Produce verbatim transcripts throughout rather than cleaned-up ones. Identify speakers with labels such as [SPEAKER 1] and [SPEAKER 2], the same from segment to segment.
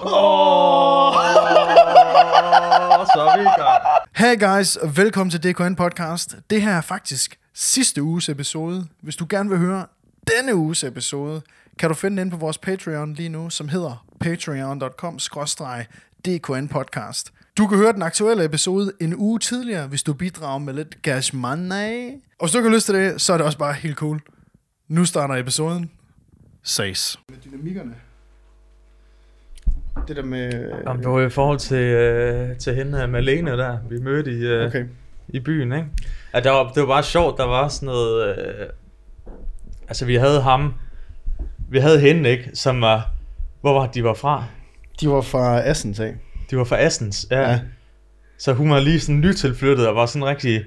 [SPEAKER 1] Oh, så er vi i gang.
[SPEAKER 2] Hey guys, velkommen til D K N podcast. Det her er faktisk sidste uges episode. Hvis du gerne vil høre denne uges episode, kan du finde den inde på vores Patreon lige nu, som hedder patreon punktum com skråstreg D K N podcast. Du kan høre den aktuelle episode en uge tidligere, hvis du bidrager med lidt cash money. Og hvis du ikke har lyst til det, så er det også bare helt cool. Nu starter episoden. Ses. Med dynamikkerne. Det der med...
[SPEAKER 1] Jamen, det var i forhold til, øh, til hende Malene der, vi mødte i, øh, okay. i byen, ikke? Ja, det, var, det var bare sjovt, der var sådan noget... Øh, altså, vi havde ham... Vi havde hende, ikke? Som var... Hvor var de var fra?
[SPEAKER 2] De var fra Assens af.
[SPEAKER 1] De var fra Assens, ja.
[SPEAKER 2] ja.
[SPEAKER 1] Så hun var lige sådan nytilflyttet og var sådan rigtig...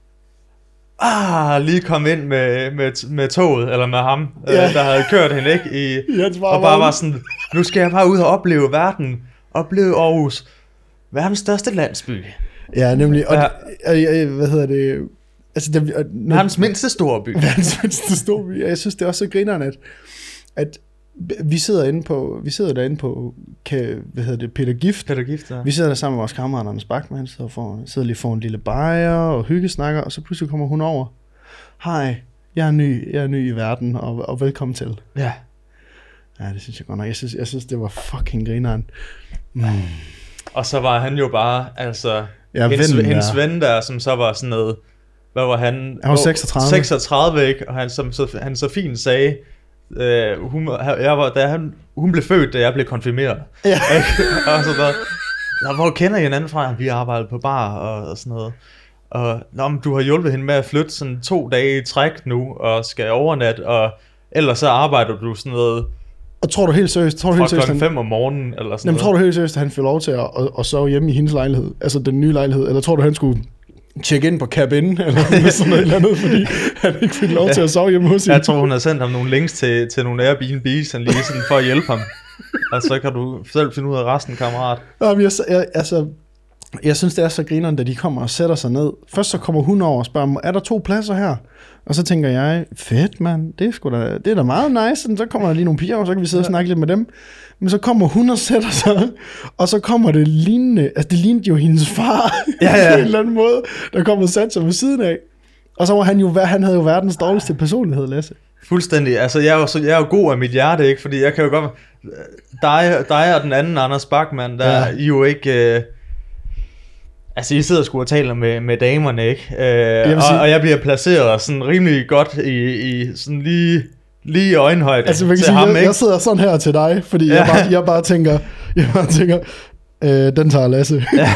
[SPEAKER 1] Ah, lige kom ind med, med, med toget, eller med ham, ja. øh, der havde kørt hende, ikke? I, og bare var sådan, nu skal jeg bare ud og opleve verden, opleve Aarhus, verdens største landsby.
[SPEAKER 2] Ja, nemlig, og, ja. og hvad hedder det, altså det, og,
[SPEAKER 1] verdens mindste storby.
[SPEAKER 2] Verdens mindste storby, jeg synes det er også så grineren, at, at vi sidder inde på, vi sidder derinde på, kan, hvad hedder det, Peter Gift.
[SPEAKER 1] Peter Gift, ja.
[SPEAKER 2] Vi sidder der sammen med vores kammerat Anders Bachmann, sidder, for, sidder lige for en lille bajer og hyggesnakker, og så pludselig kommer hun over. Hej, jeg er ny, jeg er ny i verden, og, og velkommen til.
[SPEAKER 1] Ja.
[SPEAKER 2] Ja, det synes jeg godt nok. Jeg synes, jeg synes det var fucking grineren. Mm.
[SPEAKER 1] Og så var han jo bare, altså,
[SPEAKER 2] ja,
[SPEAKER 1] hendes,
[SPEAKER 2] ven,
[SPEAKER 1] hendes ven der, som så var sådan noget, hvad var han? Han
[SPEAKER 2] var seksogtredive.
[SPEAKER 1] seksogtredive, ikke? Og han, som så, han så fint sagde, Uh, hun, jeg var, da han, hun blev født, da jeg blev konfirmeret.
[SPEAKER 2] Ja.
[SPEAKER 1] Og så der, hvor kender I hinanden fra? Vi arbejder på bar og, og sådan noget. Og nå, men du har hjulpet hende med at flytte sådan to dage i træk nu, og skal overnatte, og ellers så arbejder du sådan noget.
[SPEAKER 2] Og tror du helt seriøst, tror du helt seriøst,
[SPEAKER 1] klokken fem om morgenen eller sådan
[SPEAKER 2] jamen,
[SPEAKER 1] noget?
[SPEAKER 2] Tror du helt seriøst, at han fik lov til at, at, at sove hjemme i hendes lejlighed, altså den nye lejlighed, eller tror du han skulle tjekke ind på cabin eller sådan noget eller andet, fordi han ikke fik lov til at sove hjemme hos hende?
[SPEAKER 1] Jeg tror, hun har sendt ham nogle links til, til nogle Airbnb, sådan lige sådan for at hjælpe ham. Og så kan du selv finde ud af resten, kammerat.
[SPEAKER 2] Jamen, jeg, jeg, altså, jeg synes, det er så grineren, da de kommer og sætter sig ned. Først så kommer hun over og spørger, er der to pladser her? Og så tænker jeg, fedt mand, det er, sgu da, det er da meget nice. Så kommer der lige nogle piger, og så kan vi sidde og snakke lidt med dem. Men så kommer hun og sætter sig, og så kommer det lignende, altså det lignede jo hendes far, ja, ja. på en eller anden måde, der kom og satte sig ved siden af. Og så var han jo, han havde jo verdens dårligste personlighed, Lasse.
[SPEAKER 1] Fuldstændig, altså jeg er jo, så, jeg er jo god af mit hjerte, ikke? Fordi jeg kan jo godt, dig, dig og den anden, Anders Bachmann, der ja. I jo ikke... Øh, altså I sidder sgu og taler med, med damerne, ikke? Øh, og, sige, og jeg bliver placeret sådan rimelig godt i, i sådan lige... Lige i øjenhøjde
[SPEAKER 2] altså, til
[SPEAKER 1] sige,
[SPEAKER 2] ham,
[SPEAKER 1] jeg,
[SPEAKER 2] ikke? Jeg sidder sådan her til dig, fordi ja. jeg, bare, jeg bare tænker, jeg bare tænker, øh, den tager Lasse. Ja.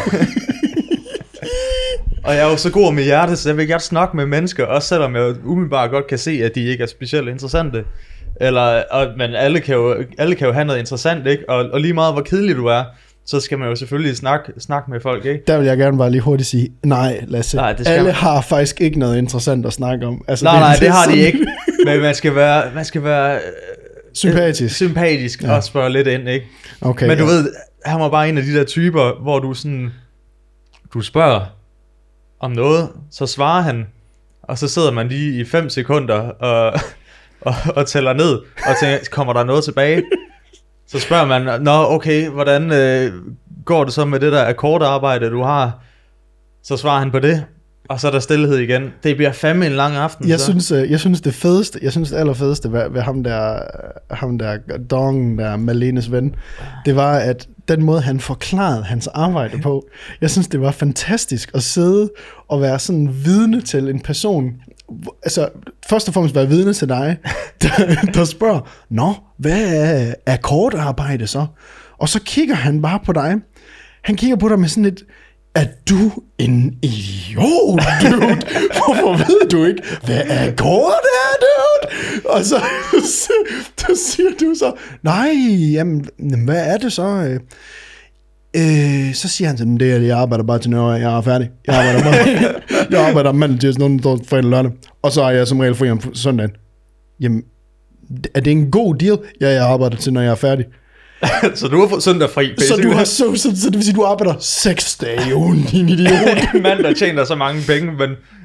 [SPEAKER 1] Og jeg er jo så god med hjertet, så jeg vil gerne snakke med mennesker, også selvom jeg umiddelbart godt kan se, at de ikke er specielt interessante. Eller, og, men alle kan, jo, alle kan jo have noget interessant, ikke? Og, og lige meget hvor kedelig du er, så skal man jo selvfølgelig snakke, snakke med folk, ikke?
[SPEAKER 2] Der vil jeg gerne bare lige hurtigt sige, nej Lasse, nej, alle man... har faktisk ikke noget interessant at snakke om.
[SPEAKER 1] Altså, nej, det, nej, det, det har sådan... de ikke. Men man skal være, man skal være
[SPEAKER 2] sympatisk,
[SPEAKER 1] sympatisk ja. Og spørge lidt ind, ikke?
[SPEAKER 2] Okay,
[SPEAKER 1] men du
[SPEAKER 2] ja.
[SPEAKER 1] ved, han var bare en af de der typer, hvor du sådan, du spørger om noget, så svarer han, og så sidder man lige i fem sekunder og, og, og tæller ned, og tænker, kommer der noget tilbage? Så spørger man, nå okay, hvordan øh, går det så med det der akkordarbejde, du har? Så svarer han på det. Og så er der stillhed igen. Det bliver fandme en lang aften.
[SPEAKER 2] Jeg
[SPEAKER 1] så.
[SPEAKER 2] synes, jeg synes det fedeste, jeg synes det allerfedeste ved, ved ham der, ham der Dong, der Malenes ven, det var at den måde han forklarede hans arbejde på. Jeg synes det var fantastisk at sidde og være sådan vidne til en person. Altså først og fremmest være vidne til dig, der, der spørger, nå, hvad er akkordarbejde så? Og så kigger han bare på dig. Han kigger på dig med sådan et, er du en idiot, dude? Hvorfor ved du ikke, hvad akkord er, dude? Og så, så, så siger du så, nej, jamen, hvad er det så? Øh, så siger han til dem, det er, jeg arbejder bare til når jeg er færdig. Jeg arbejder bare, jeg arbejder mandag til sådan noget fredag lørdag. Og så er jeg som regel fri om søndagen. Jamen, er det en god deal? Ja, jeg arbejder til, når jeg er færdig.
[SPEAKER 1] Så du har fået søndag fri.
[SPEAKER 2] Så, du har, så, så, så det vil sige, du arbejder seks dage i ugen, din idiot.
[SPEAKER 1] En mand, der tjener så mange penge, men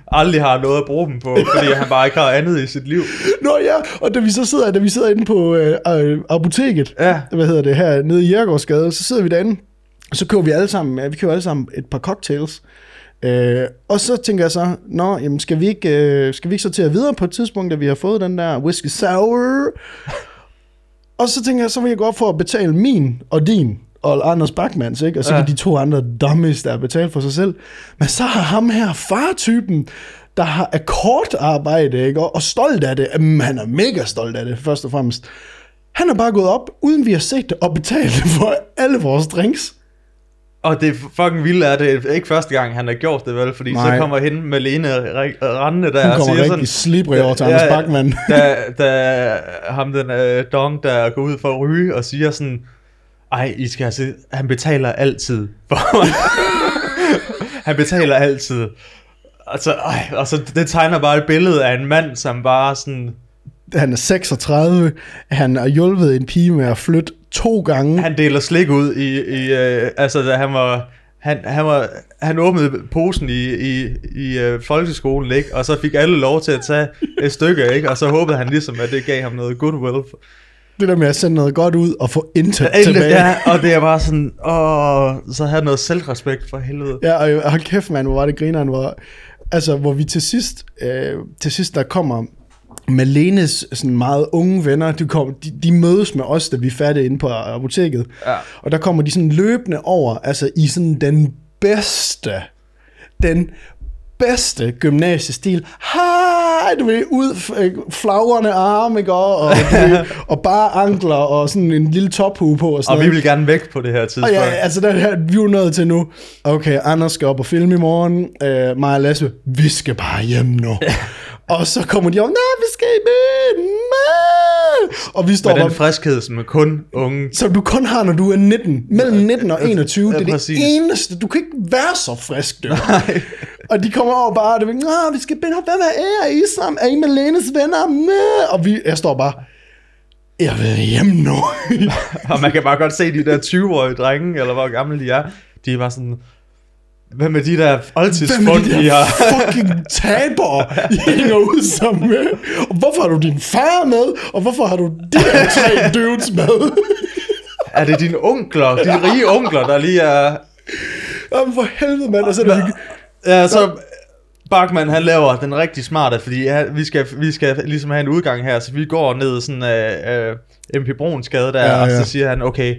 [SPEAKER 1] aldrig har noget at bruge dem på, fordi han bare ikke har andet i sit liv.
[SPEAKER 2] Nå ja, og da vi så sidder, da vi sidder inde på øh, øh, apoteket,
[SPEAKER 1] ja.
[SPEAKER 2] hvad hedder det, her nede i Jærgårdsgade, så sidder vi derinde, og så køber vi alle sammen, ja, vi køber alle sammen et par cocktails. Øh, og så tænker jeg så, nå, jamen skal vi ikke, øh, skal vi ikke så til at videre på et tidspunkt, da vi har fået den der whisky sour? Og så tænker jeg, så vil jeg gå op for at betale min og din, og Anders Bachmanns, ikke? Og så ja. kan de to andre dummies, der betale for sig selv. Men så har ham her fartypen, der har akkordarbejde, ikke? Og, og stolt af det. Jamen, han er mega stolt af det, først og fremmest. Han er bare gået op, uden vi har set det, og betalt for alle vores drinks.
[SPEAKER 1] Og det er fucking vildt, er det ikke første gang, han har gjort det, vel? Fordi Nej. så kommer hende Malene rendende der
[SPEAKER 2] og siger sådan... Hun kommer rigtig slibrig over til Anders ja, Bachmann.
[SPEAKER 1] Da, da ham den uh, dong, der går ud for at ryge og siger sådan... Ej, I skal altså... Han betaler altid. Han betaler altid. Altså, ej, og så det tegner bare et billede af en mand, som bare sådan...
[SPEAKER 2] Han er seksogtredive. Han har hjulpet en pige med at flytte to gange.
[SPEAKER 1] Han deler slik ud i... i øh, altså, da han var... Han, han, var, han åbnede posen i, i, i øh, folkeskolen, ikke? Og så fik alle lov til at tage et stykke, ikke? Og så håbede han ligesom, at det gav ham noget goodwill.
[SPEAKER 2] Det der med at sende noget godt ud og få intet ja, tilbage.
[SPEAKER 1] Ja, og det er bare sådan, åh, så havde noget selvrespekt for helvede.
[SPEAKER 2] Ja, og hold kæft, mand, hvor var det grineren, hvor, altså, hvor vi til sidst, øh, til sidst der kommer Malenes sådan meget unge venner, de, kom, de, de mødes med os, da vi er færdige inde på apoteket. Ja. Og der kommer de sådan løbende over, altså i sådan den bedste, den bedste gymnasiestil. Hej, du ved, ud, flagrende arme, ikke? Og, og, og bare ankler, og sådan en lille tophue på. Og, sådan
[SPEAKER 1] og
[SPEAKER 2] noget.
[SPEAKER 1] Vi vil gerne væk på det her tidspunkt.
[SPEAKER 2] Og ja, altså der her, vi er jo nået til nu. Okay, Anders skal op og filme i morgen. Øh, Maja og Lasse, vi skal bare hjem nu. Og så kommer de op, nej, vi skal i byen. Og vi står
[SPEAKER 1] med den
[SPEAKER 2] bare,
[SPEAKER 1] friskhed, som er kun unge.
[SPEAKER 2] Som du kun har, når du er nitten. Mellem nitten og enogtyve. Ja, det er præcis. Det eneste. Du kan ikke være så frisk, du. Nej. Og de kommer over bare, og det er, vi skal binde op, hvad er I sammen? Er I Malenes venner med? Og vi, jeg står bare, jeg vil hjem nu.
[SPEAKER 1] Og man kan bare godt se de der tyve-årige drenge, eller hvor gamle de er. De er bare sådan... Hvem med de der oldtidsfund,
[SPEAKER 2] de har? Fucking tabere, I hænger ud sammen med. Og hvorfor har du din far med? Og hvorfor har du de der tre dudes med?
[SPEAKER 1] Er det dine onkler, de rige onkler, der lige er...
[SPEAKER 2] Jamen for helvede, mand. Og så er det...
[SPEAKER 1] Ja, så Bachmann, han laver den rigtig smarte, fordi ja, vi, skal, vi skal ligesom have en udgang her, så vi går ned sådan af uh, uh, M P Bruns gade der, ja, ja. Og så siger han, okay...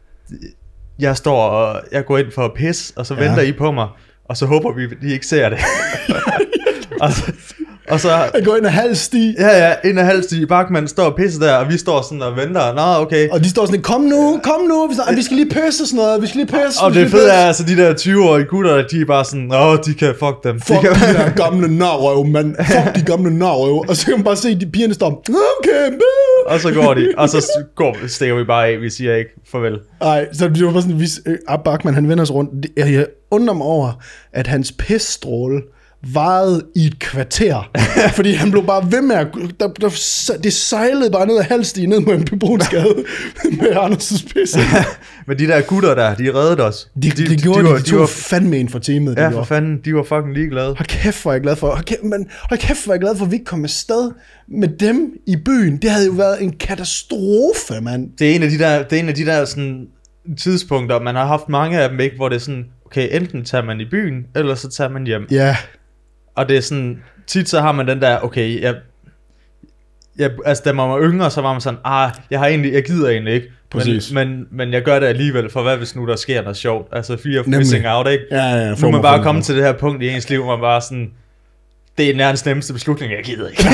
[SPEAKER 1] Jeg står og jeg går ind for at pisse, og så ja. venter I på mig, og så håber vi, at de ikke ser det. og, så, og så...
[SPEAKER 2] Jeg går ind ad halv sti.
[SPEAKER 1] Ja, ja, ind ad halv sti. Bachmann står og pisser der, og vi står sådan og venter. Nå, okay.
[SPEAKER 2] Og de står sådan, kom nu, kom nu, vi, vi skal lige pisse og sådan noget, vi skal lige pisse.
[SPEAKER 1] Og det fede er, altså de der tyve-årige gutter, de er bare sådan, åh, de kan fuck dem.
[SPEAKER 2] Fuck
[SPEAKER 1] de, kan...
[SPEAKER 2] de der gamle narrøv, mand. Fuck de gamle narrøv. Og så kan man bare se, at de pigerne står, okay,
[SPEAKER 1] og så går de, og så går, stikker vi bare af, vi siger ikke farvel.
[SPEAKER 2] Nej, så det var bare sådan, at Bachmann, han vender sig rundt. Jeg undrer mig over, at hans pisstråle varede i et kvarter. Fordi han blev bare ved med at... Der, der, det sejlede bare ned ad halvstien ned mod en Bebrunsgade med Anders' pisse.
[SPEAKER 1] Men de der gutter der, de reddede os.
[SPEAKER 2] De, de, de, de gjorde de, de, de, de var fandme en for teamet.
[SPEAKER 1] Ja, for fanden, de var fucking ligeglade.
[SPEAKER 2] Hold kæft, hvor jeg glad for. Hold kæft, man, hold kæft, hvor jeg glad for, at vi ikke kom afsted med dem i byen. Det havde jo været en katastrofe, mand.
[SPEAKER 1] Det er en af de der, det er en af de der sådan, tidspunkter, man har haft mange af dem, ikke, hvor det er sådan, okay, enten tager man i byen, eller så tager man hjem.
[SPEAKER 2] Ja.
[SPEAKER 1] Og det er sådan, tit så har man den der, okay, jeg, jeg, altså da man var yngre, så var man sådan, ah, jeg har egentlig, jeg gider egentlig ikke, men, men, men jeg gør det alligevel, for hvad hvis nu der sker noget sjovt, altså fear of missing out, ikke?
[SPEAKER 2] Ja, ja,
[SPEAKER 1] nu er man bare kommet til det her punkt i ens liv, hvor man bare sådan, det er nærmest nemmeste beslutning, jeg gider ikke.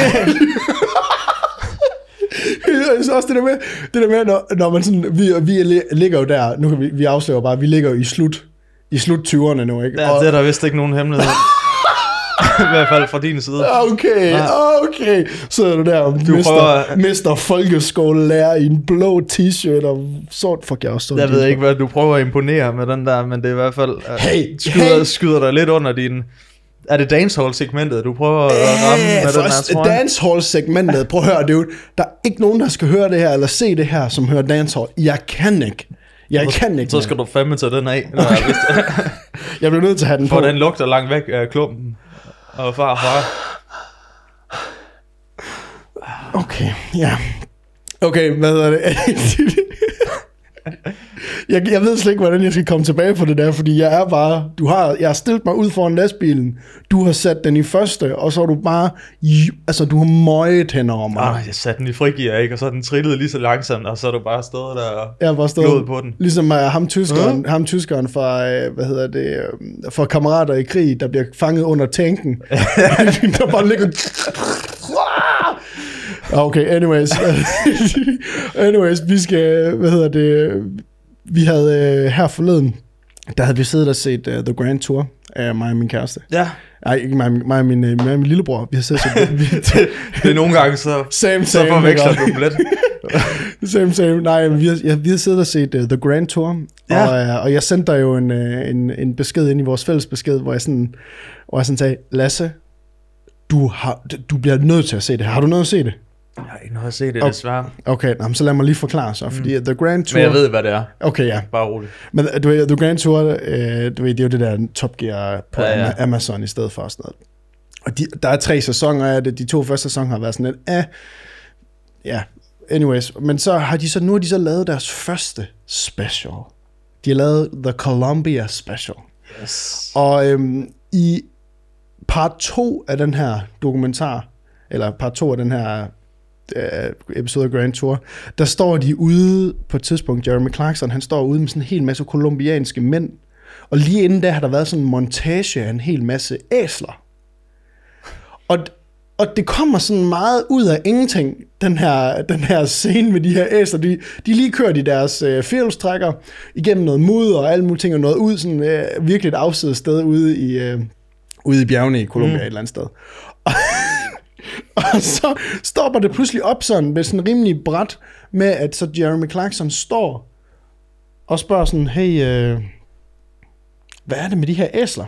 [SPEAKER 2] Så også det der med, det der med når, når man sådan, vi, vi ligger jo der, nu kan vi, vi afslører bare, vi ligger jo i slut, i slut tyverne nu, ikke?
[SPEAKER 1] Ja, og, det er der vist ikke nogen hemmelighed. I hvert fald fra din side.
[SPEAKER 2] Okay, ja. okay. Så er du der og du mister, prøver... mister folkeskolelærer i en blå t-shirt og sort. Fuck, jeg også sådan.
[SPEAKER 1] Jeg ved ikke, hvad du prøver at imponere med den der, men det er i hvert fald...
[SPEAKER 2] Hey,
[SPEAKER 1] skyder,
[SPEAKER 2] hey.
[SPEAKER 1] skyder dig lidt under din... Er det dancehall-segmentet, du prøver at ramme
[SPEAKER 2] Æh,
[SPEAKER 1] med den her trøje?
[SPEAKER 2] Dancehall-segmentet, prøv at høre, det er jo, der er ikke nogen, der skal høre det her, eller se det her, som hører dancehall. Jeg kan ikke. Jeg
[SPEAKER 1] så,
[SPEAKER 2] kan ikke.
[SPEAKER 1] Så skal man. du fandme tage den af.
[SPEAKER 2] Jeg bliver nødt til at have den på.
[SPEAKER 1] For den lugter langt væk af klumpen. og farfar.
[SPEAKER 2] Okay, ja. Okay, hvad er det? jeg, jeg ved slet ikke, hvordan jeg skal komme tilbage på det der, fordi jeg er bare, du har, jeg har stillet mig ud foran lastbilen, du har sat den i første, og så har du bare, altså du har møjet hen over mig.
[SPEAKER 1] Ah, jeg satte den i frigear, ikke? Og så den trillede lige så langsomt, og så er du bare stået der og
[SPEAKER 2] jeg bare stået,
[SPEAKER 1] på den.
[SPEAKER 2] Ligesom uh, ham tyskeren, uh-huh. ham tyskeren fra, uh, hvad hedder det, uh, fra Kammerater i krig, der bliver fanget under tanken. Der bare ligger... Okay, anyways. anyways, vi skal, hvad hedder det, vi havde uh, her forleden, der havde vi siddet og set uh, The Grand Tour af mig og min kæreste.
[SPEAKER 1] Ja.
[SPEAKER 2] Nej, ikke mig, mig, og min, mig og min lillebror. Vi har siddet og set
[SPEAKER 1] det. Det er nogle gange, så,
[SPEAKER 2] same,
[SPEAKER 1] så forveksler du dem lidt.
[SPEAKER 2] same, same. Nej, vi har, ja, vi har siddet og set uh, The Grand Tour, ja. og, uh, og jeg sendte dig jo en, uh, en, en besked ind i vores fælles besked, hvor jeg sådan, hvor jeg sådan sagde, Lasse, du, har, du bliver nødt til at se det. Har du noget at se det?
[SPEAKER 1] Jeg har ikke noget at se det, desværre.
[SPEAKER 2] Okay, nå, så lad mig lige forklare så, fordi mm. The Grand Tour...
[SPEAKER 1] Men jeg ved, hvad det er.
[SPEAKER 2] Okay, ja.
[SPEAKER 1] Bare roligt.
[SPEAKER 2] Men du ved, The Grand Tour, øh, du ved, det er jo det der Top Gear på ja, ja. Amazon i stedet for sådan noget. Og de, der er tre sæsoner af det. De to første sæsoner har været sådan lidt, eh, ja, anyways. Men så har de så, nu har de så lavet deres første special. De har lavet The Columbia Special.
[SPEAKER 1] Yes.
[SPEAKER 2] Og øhm, i part to af den her dokumentar, eller part to af den her episode af Grand Tour, der står de ude på et tidspunkt, Jeremy Clarkson, han står ude med sådan en hel masse kolumbianske mænd, og lige inden da har der været sådan en montage af en hel masse æsler. Og, og det kommer sådan meget ud af ingenting, den her, den her scene med de her æsler. De, de lige kørt i deres øh, firehjulstrækker igennem noget mudder og alle mulige ting, og noget ud, sådan øh, virkelig et afsides sted ude i, øh, ude i bjergene i Colombia mm. et eller andet sted. Og Og så stopper det pludselig op sådan med sådan en rimelig bræt med, at så Jeremy Clarkson står og spørger sådan, hey, øh, hvad er det med de her æsler?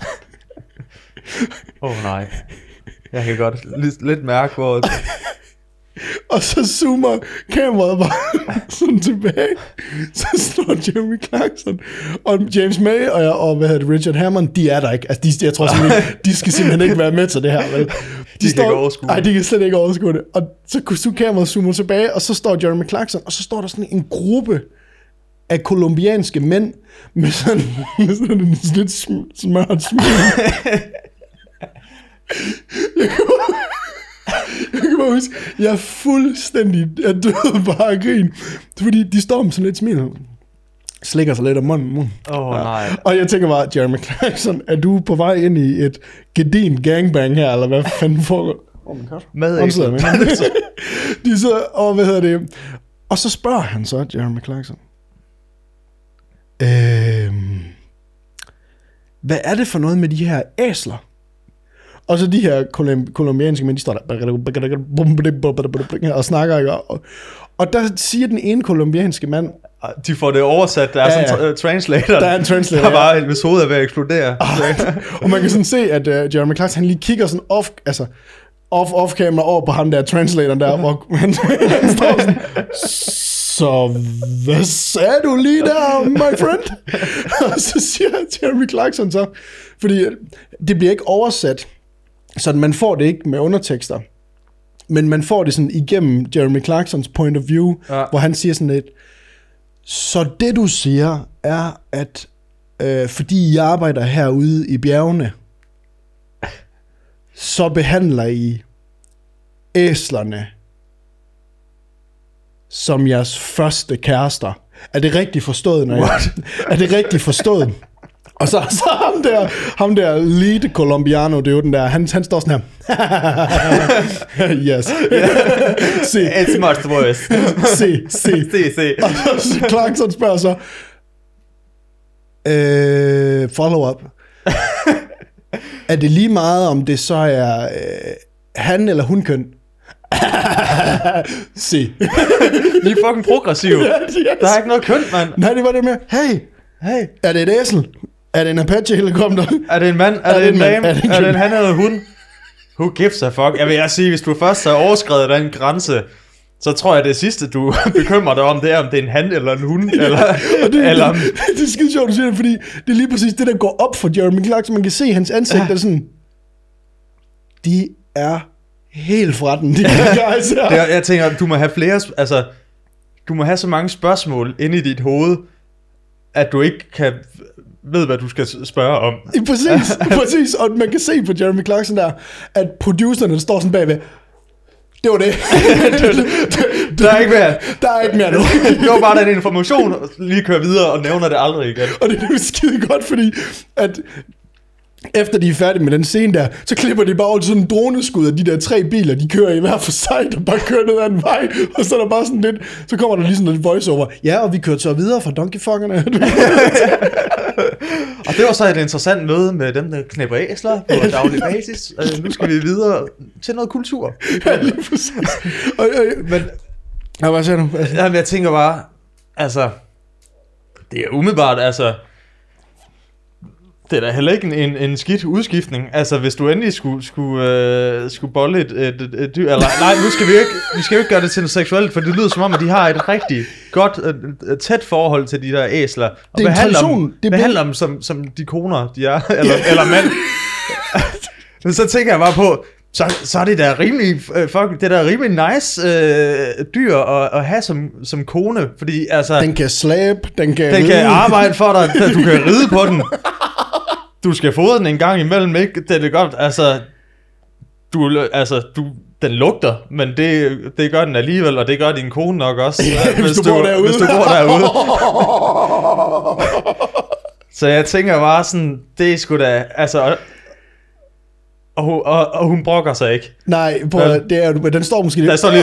[SPEAKER 1] Åh oh, nej, jeg kan godt lidt, lidt mærke, hvor...
[SPEAKER 2] Og så zoomer kameraet bare sådan tilbage. Så står Jeremy Clarkson og James May og, og hvad hedder det, Richard Hammond, de er der ikke. Altså, de, jeg tror simpelthen, de skal simpelthen ikke være med til det her. Vel? De,
[SPEAKER 1] de
[SPEAKER 2] står,
[SPEAKER 1] kan ikke overskue det.
[SPEAKER 2] Nej, de kan slet ikke overskue det. Og så kunne kameraet zoome tilbage, og så står Jeremy Clarkson, og så står der sådan en gruppe af kolumbianske mænd med sådan, med sådan en lidt smørt smil. Jeg kan bare huske, jeg er fuldstændig jeg døde bare af grin, fordi de står med sådan lidt smil, slikker sig lidt af munden.
[SPEAKER 1] Åh oh, nej.
[SPEAKER 2] Og jeg tænker bare, Jeremy Clarkson, er du på vej ind i et gedin gangbang her, eller hvad fanden foregår? Åh, min kaffe.
[SPEAKER 1] Madæsler.
[SPEAKER 2] De sidder, og hvad hedder det? Og så spørger han så, Jeremy Clarkson, øhm, hvad er det for noget med de her æsler? Og så de her kolumbianske mænd, de står der og snakker, ikke? Og, og der siger den ene kolumbianske mand...
[SPEAKER 1] De får det oversat, der er ja, sådan en ja. translator,
[SPEAKER 2] der er en translator,
[SPEAKER 1] der bare, hvis hovedet er ved at eksplodere.
[SPEAKER 2] Og man kan sådan se, at uh, Jeremy Clarkson, han lige kigger sådan off, altså off, off camera over på ham der translatoren der, hvor han, han står sådan, så hvad sagde du lige der, my friend? Og så siger Jeremy Clarkson så, fordi det bliver ikke oversat, så man får det ikke med undertekster, men man får det sådan igennem Jeremy Clarksons point of view, ja. Hvor han siger sådan lidt, så det du siger er, at øh, fordi I arbejder herude i bjergene, så behandler I æslerne som jeres første kærester. Er det rigtigt forstået? Når jeg, er det rigtigt forstået? Og så, så ham der, ham der lead colombiano, det er jo den der, han, han står sådan her. Yes. Se.
[SPEAKER 1] It's much worse.
[SPEAKER 2] Se, se.
[SPEAKER 1] Se, se.
[SPEAKER 2] Og så Clarkson spørger så, øh, follow up. Er det lige meget, om det så er øh, han eller hun køn? Se.
[SPEAKER 1] Lige fucking progressiv. Yes, yes. Der er ikke noget køn, mand.
[SPEAKER 2] Nej, det var det med, hey, hey, er det et æsel? Er det en Apache-helikopter?
[SPEAKER 1] Er det en mand? Er, er det, det en dame? Er det en, er det en han eller hun? Who gives a fuck? Jeg vil jeg sige, hvis du først har overskredet den grænse, så tror jeg, det sidste, du bekymrer dig om, det er, om det er en han eller en hun. Eller,
[SPEAKER 2] og det,
[SPEAKER 1] eller,
[SPEAKER 2] det, det er skide sjovt, du siger det, fordi det er lige præcis det, der går op for Jeremy Clarkson. Man kan se hans ansigt, ja. Der sådan... de er helt fra den, de her guys her.
[SPEAKER 1] Det er, jeg tænker, du må have flere, altså, du må have så mange spørgsmål inde i dit hoved, at du ikke kan ved, hvad du skal spørge om.
[SPEAKER 2] Præcis, præcis. Og man kan se på Jeremy Clarkson der, at producerne står sådan bagved. Det var det.
[SPEAKER 1] Der er ikke mere.
[SPEAKER 2] Der er ikke mere nu.
[SPEAKER 1] Det var bare den information, lige kører videre og nævner det aldrig igen.
[SPEAKER 2] Og det er jo skide godt, fordi at efter de er færdige med den scene der, så klipper de bare over sådan en droneskud af de der tre biler, de kører i hver for sig, der bare kører ned ad en vej, og så er der bare sådan lidt, så kommer der lige sådan lidt voiceover. Ja, og vi kørte så videre fra donkeyfuckerne.
[SPEAKER 1] Og det var så et interessant møde med dem, der knæpper æsler på daglig basis. Uh, nu skal vi videre til noget kultur.
[SPEAKER 2] Ja, lige præcis. Og, og, men, ja, hvad siger du?
[SPEAKER 1] Jamen, jeg tænker bare, altså, det er umiddelbart, altså, det er da heller ikke en, en, en skidt udskiftning. Altså, hvis du endelig skulle, skulle, øh, skulle bolle et, et, et, et dyr, eller nej, nu skal vi ikke, vi skal jo ikke gøre det til noget seksuelt, for det lyder som om, at de har et rigtig godt, et, et tæt forhold til de der æsler, og
[SPEAKER 2] det er
[SPEAKER 1] behandler
[SPEAKER 2] tradition.
[SPEAKER 1] dem,
[SPEAKER 2] det
[SPEAKER 1] behandler dem som, som de koner, de er, eller, eller mænd. Men så tænker jeg bare på, så, så er det da rimelig, fuck, det er da rimelig nice øh, dyr at, at have som, som kone, fordi altså...
[SPEAKER 2] Den kan slæbe, den kan
[SPEAKER 1] Den ride. Kan arbejde for dig, du kan ride på den. Du skal fodre den en gang imellem, ikke? Det er det godt, altså... Du, altså, du, den lugter, men det, det gør den alligevel, og det gør din kone nok også,
[SPEAKER 2] hvis, hvis, du, bor derude.
[SPEAKER 1] hvis du bor derude. Så jeg tænker bare sådan, det er sgu da, altså... Og hun, og, og hun brokker sig ikke.
[SPEAKER 2] Nej, på, ja. Det er, den står måske lidt...
[SPEAKER 1] Der står lige...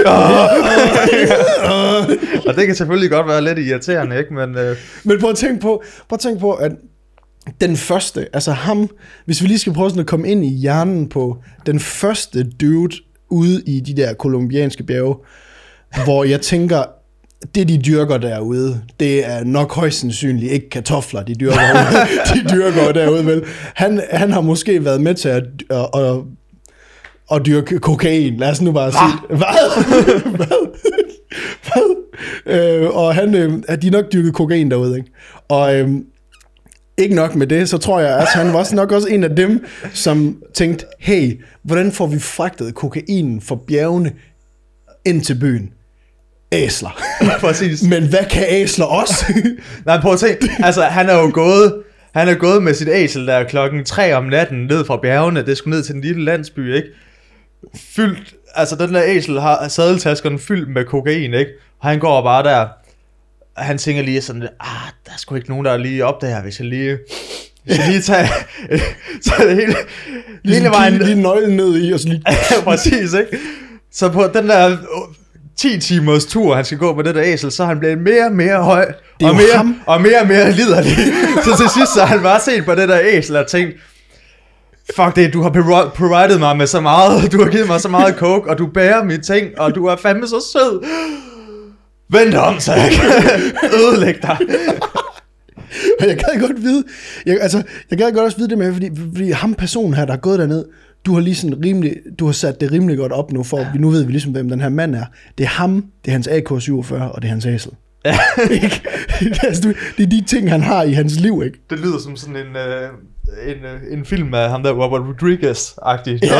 [SPEAKER 1] Og det kan selvfølgelig godt være lidt irriterende, ikke? Men, øh...
[SPEAKER 2] Men prøv at tænke på, prøv at tænke på, at den første, altså ham, hvis vi lige skal prøve sådan at komme ind i hjernen på den første dude ude i de der kolumbianske bjerge, hvor jeg tænker, det de dyrker derude, det er nok højst sandsynligt ikke kartofler, de dyrker derude, de dyrker derude, vel. Han, han har måske været med til at, at, at, at dyrke kokain, lad os nu bare sige. Hvad? Hvad? Hvad? Øh, og han, øh, at de nok dyrket kokain derude, ikke? Og øh, ikke nok med det, så tror jeg, at han var nok også en af dem, som tænkte, hey, hvordan får vi fragtet kokainen fra bjergene ind til byen? Æsler.
[SPEAKER 1] Præcis.
[SPEAKER 2] Men hvad kan æsler også?
[SPEAKER 1] Nej, prøv at tænke. Altså, han er jo gået, han er gået med sit æsel der klokken tre om natten ned fra bjergene. Det skulle ned til den lille landsby, ikke? Fyldt, altså den der æsel har sadeltaskerne fyldt med kokain, ikke? Og han går bare der. Han tænker lige sådan, ah, der er sgu ikke nogen, der lige opdager, hvis jeg lige... Hvis jeg lige tager... så det hele...
[SPEAKER 2] Lige, hele vejen... lige nøglen ned i, og så lige...
[SPEAKER 1] Præcis, ikke? Så på den der... ti timers tur, han skal gå på det der æsel, så han bliver mere og mere høj, og mere, ham. og mere og mere liderlig. Så til sidst, så han bare set på det der æsel og tænkt, fuck det, du har provided mig med så meget, du har givet mig så meget coke, og du bærer mine ting, og du er fandme så sød. Vent om, så jeg kan ødelægge dig.
[SPEAKER 2] Og jeg gad godt vide, jeg, altså, jeg gad godt også vide det med, fordi, fordi ham personen her, der er gået derned, du har lige sådan rimelig, du har sat det rimelig godt op nu, for ja. Nu ved vi ligesom, hvem den her mand er. Det er ham, det er hans A K syvogfyrre, og det er hans æsel. Ja. Altså, det er de ting, han har i hans liv, ikke?
[SPEAKER 1] Det lyder som sådan en, øh, en, øh, en film af ham der, Robert Rodriguez-agtig. Ja.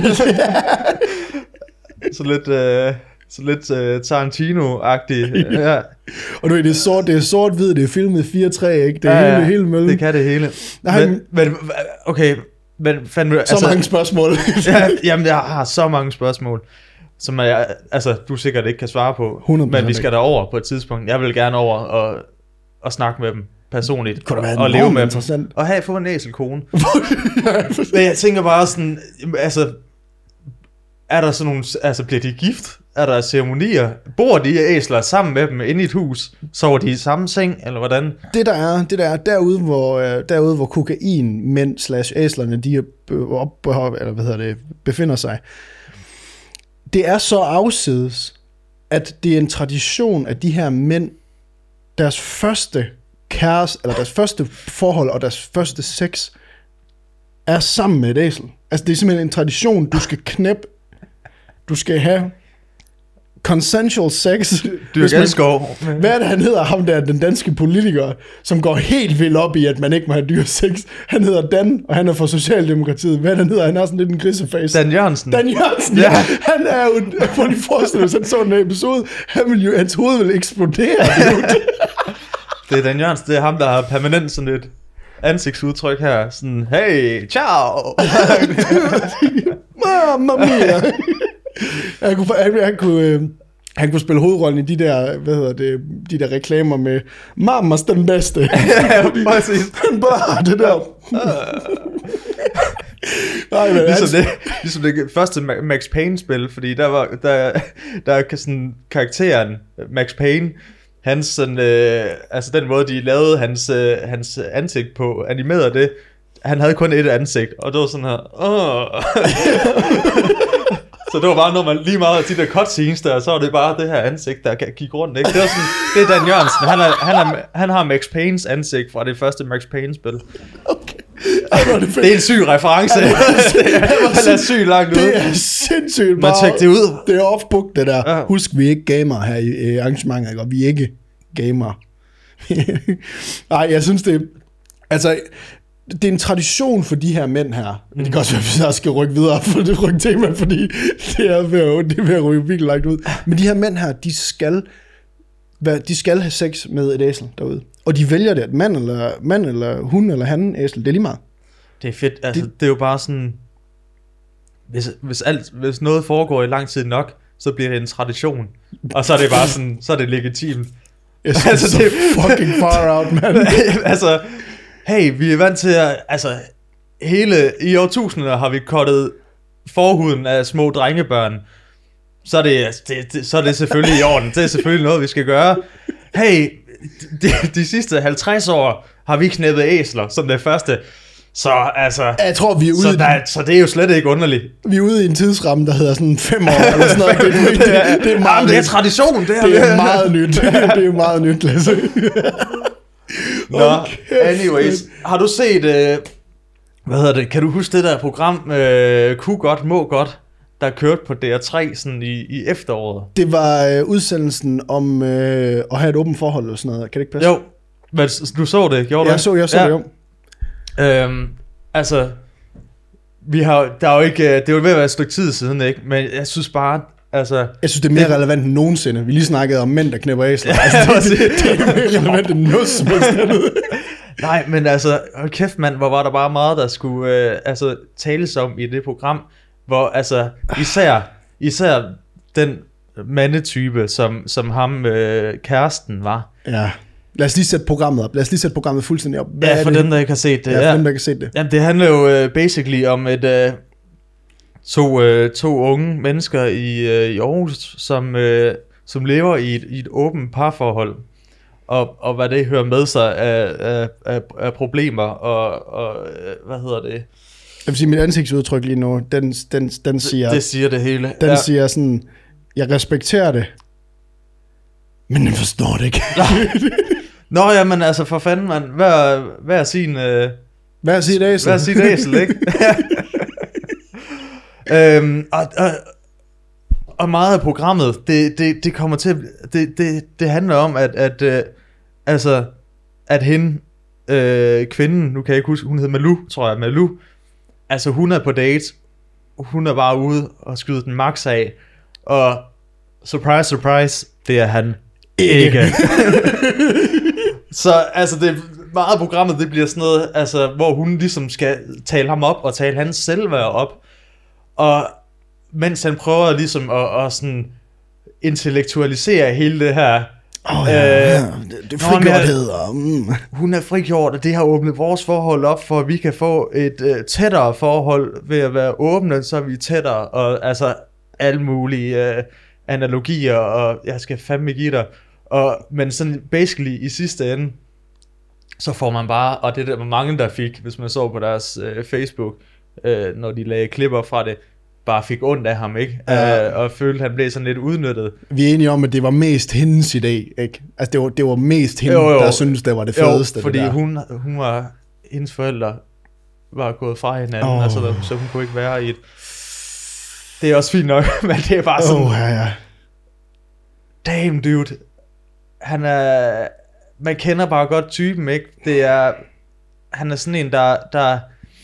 [SPEAKER 1] Så lidt... Øh Så lidt uh, Tarantino-agtig. Ja.
[SPEAKER 2] Og du ved, det er sort, det er sort-hvid, det er filmet fire tre, ikke? Det er
[SPEAKER 1] ja,
[SPEAKER 2] hele, hele mellem.
[SPEAKER 1] Det kan det hele.
[SPEAKER 2] Nej,
[SPEAKER 1] men, men, okay, men fandme...
[SPEAKER 2] Så altså, mange spørgsmål.
[SPEAKER 1] Ja, jamen, jeg har så mange spørgsmål, som jeg, altså, du sikkert ikke kan svare på. Men vi skal derover på et tidspunkt. Jeg vil gerne over og, og snakke med dem personligt.
[SPEAKER 2] Kunne
[SPEAKER 1] og, og leve med dem. Og have få en æselkone. Men jeg tænker bare sådan, altså... Er der sådan nogle, altså bliver de gift? Er der ceremonier? Bor de æsler sammen med dem inde i et hus? Sover de i samme seng, eller hvordan?
[SPEAKER 2] Det der er, det der er derude, hvor, derude, hvor kokain, mænd slash æslerne, de er op, eller hvad hedder det, befinder sig. Det er så afsides, at det er en tradition, at de her mænd, deres første kæreste, eller deres første forhold og deres første sex, er sammen med et æsel. Altså det er simpelthen en tradition, du skal knæppe. Du skal have consensual sex.
[SPEAKER 1] Dyrk elskov.
[SPEAKER 2] Hvad er det, han hedder, ham der, den danske politiker, som går helt vildt op i, at man ikke må have dyr sex? Han hedder Dan, og han er fra Socialdemokratiet. Hvad han hedder, han har sådan lidt en griseface.
[SPEAKER 1] Dan Jørgensen.
[SPEAKER 2] Dan Jørgensen, ja. Han er jo, for de forestiller sig sådan en episode, han vil jo, hans hoved vil eksplodere.
[SPEAKER 1] Det er Dan Jørgensen, det er ham, der har permanent sådan et ansigtsudtryk her. Sådan, hey, ciao.
[SPEAKER 2] Mamma mia. Han kunne, han, han kunne, han kunne spille hovedrollen i de der, hvad hedder det, de der reklamer med Mammas den bedste.
[SPEAKER 1] Ja, præcis.
[SPEAKER 2] Bare det der. Nej, men
[SPEAKER 1] ligesom,
[SPEAKER 2] altså,
[SPEAKER 1] det, ligesom det første Max Payne-spil, fordi der var der, der er sådan karakteren Max Payne, hans sådan, øh, altså den måde de lavede hans, øh, hans ansigt på, animerede det, han havde kun et ansigt, og det var sådan her, åh. Så det var bare, når man lige meget af de der cutscenes der, så var det bare det her ansigt, der gik rundt, ikke? Det var sådan, det er Dan Jørgensen, han, er, han, er, han har Max Paynes ansigt fra det første Max Payne-spil.
[SPEAKER 2] Okay.
[SPEAKER 1] Det, det er en syg reference. Han er, er syg langt ude.
[SPEAKER 2] Det er sindssygt
[SPEAKER 1] meget. Men tjek det ud.
[SPEAKER 2] Det er off-book, det der. Ja. Husk, vi er ikke gamer her i arrangementet, og vi er ikke gamer. Nej, jeg synes det, altså, det er en tradition for de her mænd her. Mm. Det kan også være, at vi så skal rykke videre for det rykke tema, fordi det er ved at, det er ved at rykke virkelig langt ud. Men de her mænd her, de skal, de skal have sex med et æsel derude. Og de vælger det, at mand eller, mand eller hun eller han æsel, det er lige meget.
[SPEAKER 1] Det er fedt. Altså, det, det er jo bare sådan, hvis, hvis, alt, hvis noget foregår i lang tid nok, så bliver det en tradition. Og så er det bare sådan, så er det legitimt.
[SPEAKER 2] Jeg synes, altså, det er fucking far out, man.
[SPEAKER 1] Altså, hey, vi er vant til at, altså, hele, i årtusinder har vi kottet forhuden af små drengebørn. Så er det, det, det, så er det selvfølgelig i orden. Det er selvfølgelig noget, vi skal gøre. Hey, de, de sidste halvtreds år har vi knæppet æsler som det første. Så altså,
[SPEAKER 2] jeg tror, vi er ude
[SPEAKER 1] så, der, så det er jo slet ikke underligt.
[SPEAKER 2] Vi er ude i en tidsramme, der hedder sådan fem år eller sådan noget. Det, det, det, det, er, meget
[SPEAKER 1] det er tradition. Det,
[SPEAKER 2] det er meget nyt. Det er meget nyt, Lasse.
[SPEAKER 1] Nå, okay. Anyways, har du set, øh, hvad hedder det, kan du huske det der program, øh, Ku godt, må godt, der kørte på D R tre sådan i, i efteråret?
[SPEAKER 2] Det var øh, udsendelsen om øh, at have et åbent forhold eller sådan noget, kan det ikke passe?
[SPEAKER 1] Jo, men du så det, gjorde du?
[SPEAKER 2] Jeg så, jeg så ja. det jo.
[SPEAKER 1] Øhm, altså, vi har, der er jo ikke, det er jo ved at være et stykke tid siden, ikke? Men jeg synes bare, altså...
[SPEAKER 2] Jeg synes, det er mere det, relevant end nogensinde. Vi lige snakkede om mænd, der knæpper æsler. Ja, altså, det, det, det er mere relevant end noget som helst.
[SPEAKER 1] Nej, men altså, hold kæft mand, hvor var der bare meget, der skulle øh, altså, tales om i det program, hvor altså, især, især den mandetype, som, som ham øh, kæresten var.
[SPEAKER 2] Ja. Lad os lige sætte programmet op. Lad os lige sætte programmet fuldstændig op.
[SPEAKER 1] Hvad ja, for dem, der ikke har set det.
[SPEAKER 2] Ja, for ja. dem, der ikke har set det.
[SPEAKER 1] Jamen, det handler jo uh, basically om et, uh, to, uh, to unge mennesker i, uh, i Aarhus, som, uh, som lever i et, i et åbent parforhold. Og, og hvad det hører med sig af, af, af, af problemer, og, og hvad hedder det?
[SPEAKER 2] Jeg vil sige, mit ansigtsudtryk lige nu, den, den, den siger...
[SPEAKER 1] Det, det siger det hele.
[SPEAKER 2] Den ja. siger sådan, jeg respekterer det, men jeg forstår det ikke.
[SPEAKER 1] Nå, jamen altså, for fanden, man. Hver, hver sin... Øh,
[SPEAKER 2] hver sin æsel.
[SPEAKER 1] Hver sin æsel, ikke? øhm, og, og, og meget af programmet, det, det, det kommer til... Det, det, det handler om, at, at øh, altså, at hende, øh, kvinden, nu kan jeg ikke huske, hun hedder Malou, tror jeg, Malou. Altså, hun er på date. Hun er bare ude og skyde den max af. Og surprise, surprise, det er han ikke. Så altså det meget af programmet, det bliver sådan noget, altså hvor hun ligesom skal tale ham op og tale hans selvværd op, og mens han prøver ligesom at, at sådan intellektualisere hele det her.
[SPEAKER 2] Åh oh, ja, øh, det, det er frigjorthed. Mm.
[SPEAKER 1] Hun er frigjort, og det har åbnet vores forhold op for, at vi kan få et uh, tættere forhold ved at være åbne, så er vi tættere, og altså alle mulige uh, analogier, og jeg skal fandme give dig. Og, men sådan basically i sidste ende, så får man bare, og det der var mange der fik, hvis man så på deres øh, Facebook, øh, når de lagde klipper fra det, bare fik ondt af ham, ikke? Ja. Øh, og følte, at han blev sådan lidt udnyttet.
[SPEAKER 2] Vi er enige om, at det var mest hendes idé, ikke? Altså det var, det var mest hende, jo, jo. der syntes, det var det fedeste.
[SPEAKER 1] Jo, fordi
[SPEAKER 2] det der.
[SPEAKER 1] Hun, hun var, hendes forældre var gået fra hinanden, oh. altså, så hun kunne ikke være i et... Det er også fint nok, men det er bare sådan...
[SPEAKER 2] Oh, ja, ja.
[SPEAKER 1] damn dude, han er, man kender bare godt typen, ikke? Det er, han er sådan en, der, der,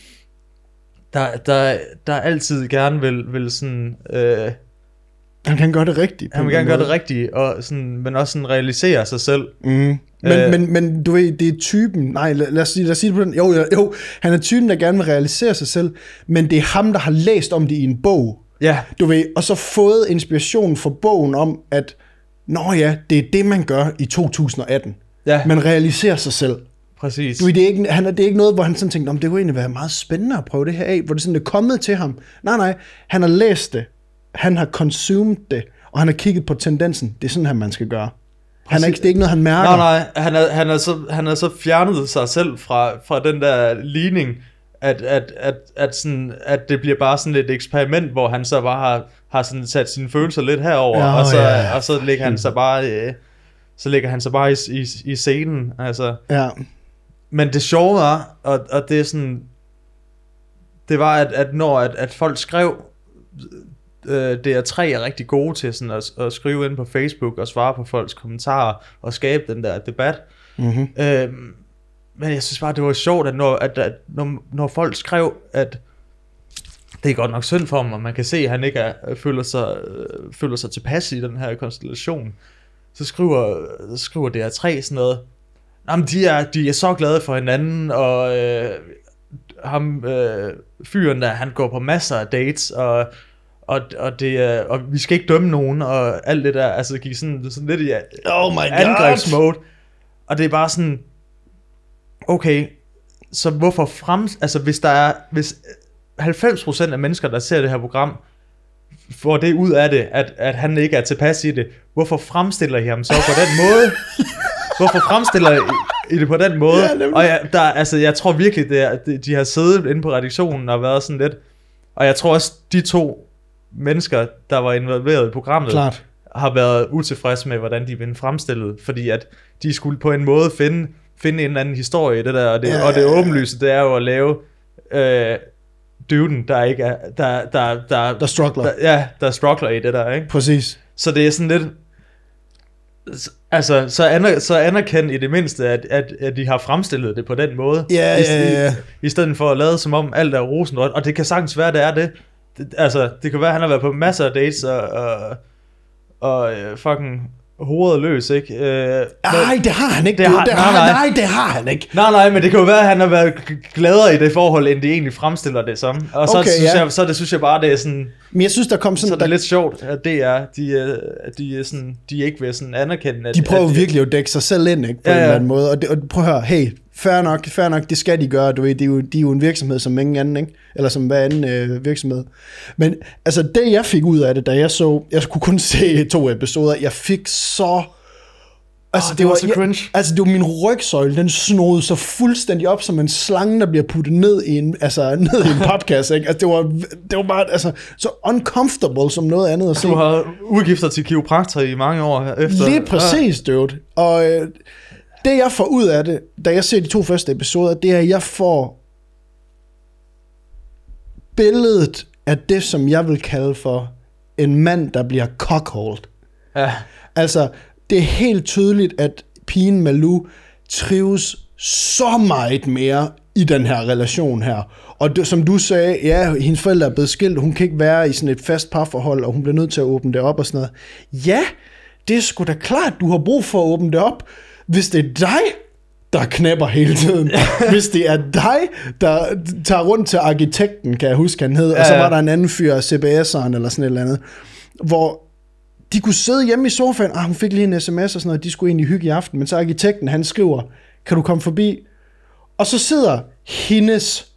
[SPEAKER 1] der, der, der altid gerne vil, vil sådan, øh,
[SPEAKER 2] han kan gøre det rigtigt.
[SPEAKER 1] Han vil gerne gøre det rigtigt, og sådan, men også sådan realisere sig selv.
[SPEAKER 2] Mm. Men, øh, men, men du ved, det er typen, nej lad, lad, os sige, lad os sige det på den, jo, jo, jo, han er typen, der gerne vil realisere sig selv, men det er ham, der har læst om det i en bog.
[SPEAKER 1] Ja.
[SPEAKER 2] Du ved, og så fået inspiration fra bogen om, at nå ja, det er det, man gør i to tusind og atten.
[SPEAKER 1] Ja.
[SPEAKER 2] Man realiserer sig selv.
[SPEAKER 1] Præcis.
[SPEAKER 2] Du ved, det er ikke, han er, det er ikke noget, hvor han sådan tænkte, det kunne egentlig være meget spændende at prøve det her af, hvor det sådan er kommet til ham. Nej, nej, han har læst det, han har consumed det, og han har kigget på tendensen. Det er sådan her, man skal gøre. Han er ikke, det er ikke noget, han mærker.
[SPEAKER 1] Nej, nej, han er, han er, så, han er så fjernet sig selv fra, fra den der ligning, at, at, at, at, sådan, at det bliver bare sådan et eksperiment, hvor han så bare har, har sådan sat sine følelser lidt herover, ja, og, så, ja, ja. og så lægger han sig bare, øh, så lægger han sig bare i, i, i scenen. Altså.
[SPEAKER 2] Ja.
[SPEAKER 1] Men det sjove var, og, og det er sådan, det var, at, at når at, at folk skrev, øh, D R tre er rigtig gode til sådan at, at skrive ind på Facebook og svare på folks kommentarer og skabe den der debat.
[SPEAKER 2] Mm-hmm.
[SPEAKER 1] Øh, men jeg synes bare, det var sjovt, at når, at, at når, når folk skrev, at det er godt nok synd for ham, og man kan se, at han ikke er, føler, sig, øh, føler sig tilpas i den her konstellation, så skriver, skriver D R tre sådan noget, jamen de er, de er så glade for hinanden, og øh, ham, øh, fyren der, han går på masser af dates, og, og, og, det, og vi skal ikke dømme nogen, og alt det der, altså det gik sådan, sådan lidt i
[SPEAKER 2] oh my
[SPEAKER 1] angrebsmode, og det er bare sådan, okay, så hvorfor frem, altså hvis der er, hvis halvfems procent af mennesker, der ser det her program, får det ud af det, at, at han ikke er tilpas i det, hvorfor fremstiller I ham så på den måde? Hvorfor fremstiller I, I det på den måde? Ja, og jeg, der, altså, jeg tror virkelig, det er, de har siddet inde på redaktionen og været sådan lidt, og jeg tror også, de to mennesker, der var involveret i programmet,
[SPEAKER 2] klart,
[SPEAKER 1] har været utilfredse med, hvordan de blev fremstillet, fordi at de skulle på en måde finde, finde en eller anden historie i det der, og det, ja, og det åbenlyse, det er jo at lave øh, dyvden, der ikke er, der, der, der,
[SPEAKER 2] der struggler.
[SPEAKER 1] Der, ja, der struggler i det der, ikke?
[SPEAKER 2] Præcis.
[SPEAKER 1] Så det er sådan lidt, altså, så, aner, så anerkend i det mindste, at, at, at de har fremstillet det på den måde,
[SPEAKER 2] ja,
[SPEAKER 1] i,
[SPEAKER 2] ja, ja.
[SPEAKER 1] I, i stedet for at lade som om alt er rosenrødt, og det kan sagtens være, det er det. det altså, det kan være, at han har været på masser af dates, og, og, og fucking hovedet løs, ikke? Øh,
[SPEAKER 2] nej, det har han ikke.
[SPEAKER 1] Det har,
[SPEAKER 2] det
[SPEAKER 1] nej,
[SPEAKER 2] har,
[SPEAKER 1] nej.
[SPEAKER 2] nej, det har han ikke.
[SPEAKER 1] Nej, nej, men det kan jo være, at han har været gladere i det forhold, end de egentlig fremstiller det som. Og så,
[SPEAKER 2] okay,
[SPEAKER 1] synes,
[SPEAKER 2] ja.
[SPEAKER 1] jeg, så det synes jeg bare, det er sådan...
[SPEAKER 2] Men jeg synes, der kom sådan...
[SPEAKER 1] Så det er
[SPEAKER 2] der...
[SPEAKER 1] lidt sjovt, at det er, de, de, er sådan, de ikke vil sådan anerkende... At,
[SPEAKER 2] de prøver
[SPEAKER 1] at de,
[SPEAKER 2] virkelig at dække sig selv ind, ikke? På ja, en eller anden måde. Og, det, og prøv at høre, hey, fair nok, fair nok, det skal de gøre. Du ved, de er jo, de er jo en virksomhed som ingen anden, ikke? Eller som hver anden øh, virksomhed. Men altså, det jeg fik ud af det, da jeg så... Jeg kunne kun se to episoder. Jeg fik så... Altså,
[SPEAKER 1] oh,
[SPEAKER 2] det, var,
[SPEAKER 1] var så cringe.
[SPEAKER 2] Jeg, altså, det var min rygsøjle, den snodede så fuldstændig op som en slange, der bliver puttet ned i en, altså, ned i en podcast, ikke? Altså, det var, det var bare altså, så uncomfortable som noget andet at se.
[SPEAKER 1] Du har udgifter til kiropraktor i mange år efter.
[SPEAKER 2] Lige præcis, dude. Og øh, det, jeg får ud af det, da jeg ser de to første episoder, det er, at jeg får billedet af det, som jeg vil kalde for en mand, der bliver cockholed.
[SPEAKER 1] Ja.
[SPEAKER 2] Altså, det er helt tydeligt, at pigen Malou trives så meget mere i den her relation her. Og det, som du sagde, ja, hendes forældre er blevet skilt, hun kan ikke være i sådan et fast parforhold, og hun bliver nødt til at åbne det op og sådan noget. Ja, det er sgu da klart, du har brug for at åbne det op, hvis det er dig, der knæpper hele tiden. Hvis det er dig, der tager rundt til arkitekten, kan jeg huske, han hed, ja, ja. Og så var der en anden fyr, C B S'eren eller sådan et eller andet, hvor de kunne sidde hjemme i sofaen, ah, hun fik lige en sms og sådan noget, de skulle egentlig hygge i aften, men så arkitekten, han skriver, kan du komme forbi? Og så sidder hendes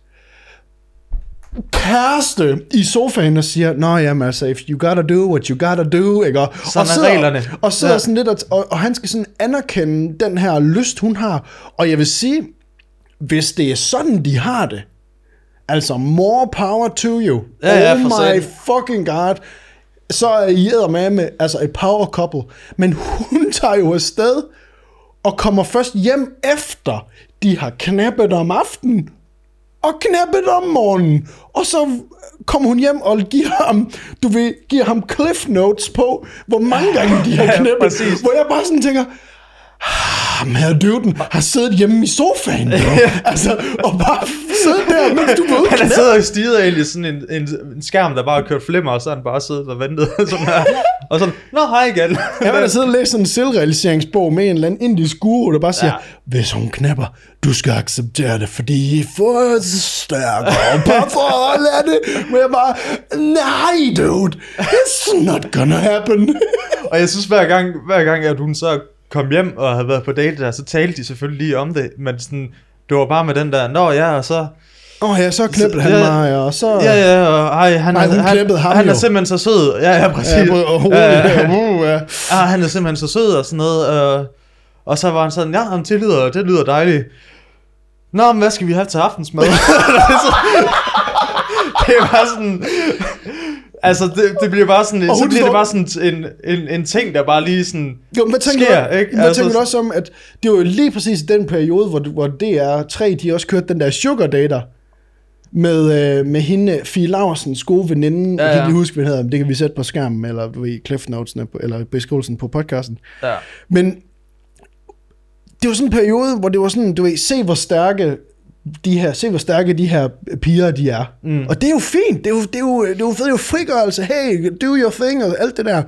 [SPEAKER 2] kæreste i sofaen og siger, nå jamen altså, if you gotta do what you gotta do, ikke? Og,
[SPEAKER 1] sådan
[SPEAKER 2] og sidder,
[SPEAKER 1] er reglerne.
[SPEAKER 2] Og sidder
[SPEAKER 1] ja.
[SPEAKER 2] sådan lidt, og, og, og han skal sådan anerkende den her lyst, hun har. Og jeg vil sige, hvis det er sådan, de har det, altså more power to you.
[SPEAKER 1] Ja, ja,
[SPEAKER 2] oh my
[SPEAKER 1] selv.
[SPEAKER 2] fucking god. Så er I med med altså et power couple. Men hun tager jo afsted og kommer først hjem efter, de har knappet om aftenen. og knæppet om morgenen, og så kommer hun hjem og giver ham, du ved, giver ham cliff notes på, hvor mange gange de har knæppet, ja, hvor jeg bare sådan tænker, ham her døden har siddet hjemme i sofaen, altså, og bare siddet der, mens du var ude.
[SPEAKER 1] Han har siddet og stirret ind i sådan en, en, en skærm, der bare har kørt flimmer, og så har han bare siddet og ventet sådan her, og sådan, nå, hej igen.
[SPEAKER 2] Jeg har siddet og læst sådan en selvrealiseringsbog med en eller anden indisk guru, der bare siger, ja. Hvis hun knæpper, du skal acceptere det, fordi I får stærkere parforhold af det. Men jeg bare, nej dude, it's not gonna happen.
[SPEAKER 1] Og jeg synes hver gang, hver gang at hun så kom hjem og havde været på date der, så talte de selvfølgelig lige om det, men sådan, det var bare med den der, nå ja, og så...
[SPEAKER 2] Åh oh ja, så knippede han ja, mig, og så...
[SPEAKER 1] Ja, ja, og ej, han,
[SPEAKER 2] ej, hun
[SPEAKER 1] han, han,
[SPEAKER 2] ham
[SPEAKER 1] han
[SPEAKER 2] jo.
[SPEAKER 1] er simpelthen så sød. Ja, ja, præcis. Ja,
[SPEAKER 2] uh, uh, ja, uh, ja.
[SPEAKER 1] Ah, han er simpelthen så sød og sådan noget, øh, og så var han sådan, ja, det lyder, det lyder dejligt. Nå, men hvad skal vi have til aftensmad? Det er bare sådan... Altså, det, det bliver bare sådan, så bliver det bare sådan en, en, en ting, der bare lige sådan
[SPEAKER 2] jo, hvad tænker
[SPEAKER 1] sker,
[SPEAKER 2] du,
[SPEAKER 1] ikke?
[SPEAKER 2] Hvad
[SPEAKER 1] altså,
[SPEAKER 2] tænker du også om, at det var jo lige præcis den periode, hvor, hvor D R tre, de også kørte den der sugar dater med, øh, med hende, Fie Laursens gode veninde, ja, ja. Jeg kan ikke huske, hvad den hedder, men det kan vi sætte på skærmen, eller i Cliff Notes'ene, eller beskrivelsen på podcasten. Ja. Men det var sådan en periode, hvor det var sådan, du ved, se hvor stærke de her, se hvor stærke de her piger de er. Mm. Og det er jo fint, det er jo, det er jo, det er jo, det er jo frigørelse, hey, do your thing, og alt det der.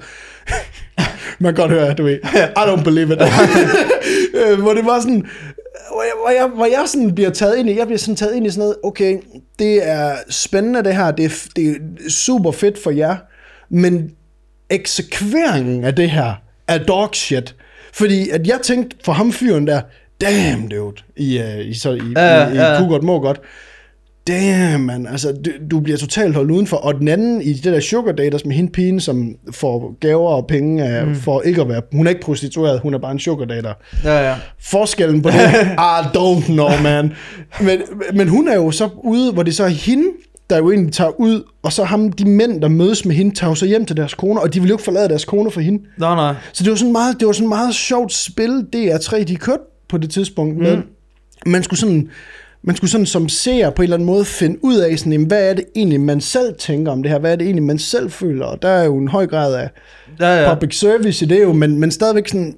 [SPEAKER 2] Man kan godt høre, du ved, I don't believe it. Hvor det var sådan, hvor jeg, hvor, jeg, hvor jeg sådan bliver taget ind i, jeg bliver sådan taget ind i sådan noget, okay, det er spændende det her, det er, det er super fedt for jer, men eksekveringen af det her er dog shit. Fordi at jeg tænkte for ham fyren der, damn dude, i, uh, i, så, i, ja, i, i ja. Kunne godt, må godt. Damn, man, altså, du, du bliver totalt holdt udenfor. Og den anden i det der sugar daters med hende pigen, som får gaver og penge, mm. for ikke at være, hun er ikke prostitueret, hun er bare en sugar dater.
[SPEAKER 1] Ja, ja.
[SPEAKER 2] Forskellen på det, I don't know, man. Men, men hun er jo så ude, hvor det så er hende, der jo egentlig tager ud, og så ham, de mænd, der mødes med hende, tager jo så hjem til deres koner, og de vil jo ikke forlade deres koner for hende.
[SPEAKER 1] Nej, nej.
[SPEAKER 2] Så det var sådan meget, det var sådan meget sjovt spil, D R tre, de kørte på det tidspunkt, mm. men man skulle sådan, man skulle sådan som seer på en eller anden måde finde ud af, sådan, jamen, hvad er det egentlig, man selv tænker om det her, hvad er det egentlig, man selv føler, og der er jo en høj grad af ja, ja. Public service i det jo, men, men stadigvæk sådan,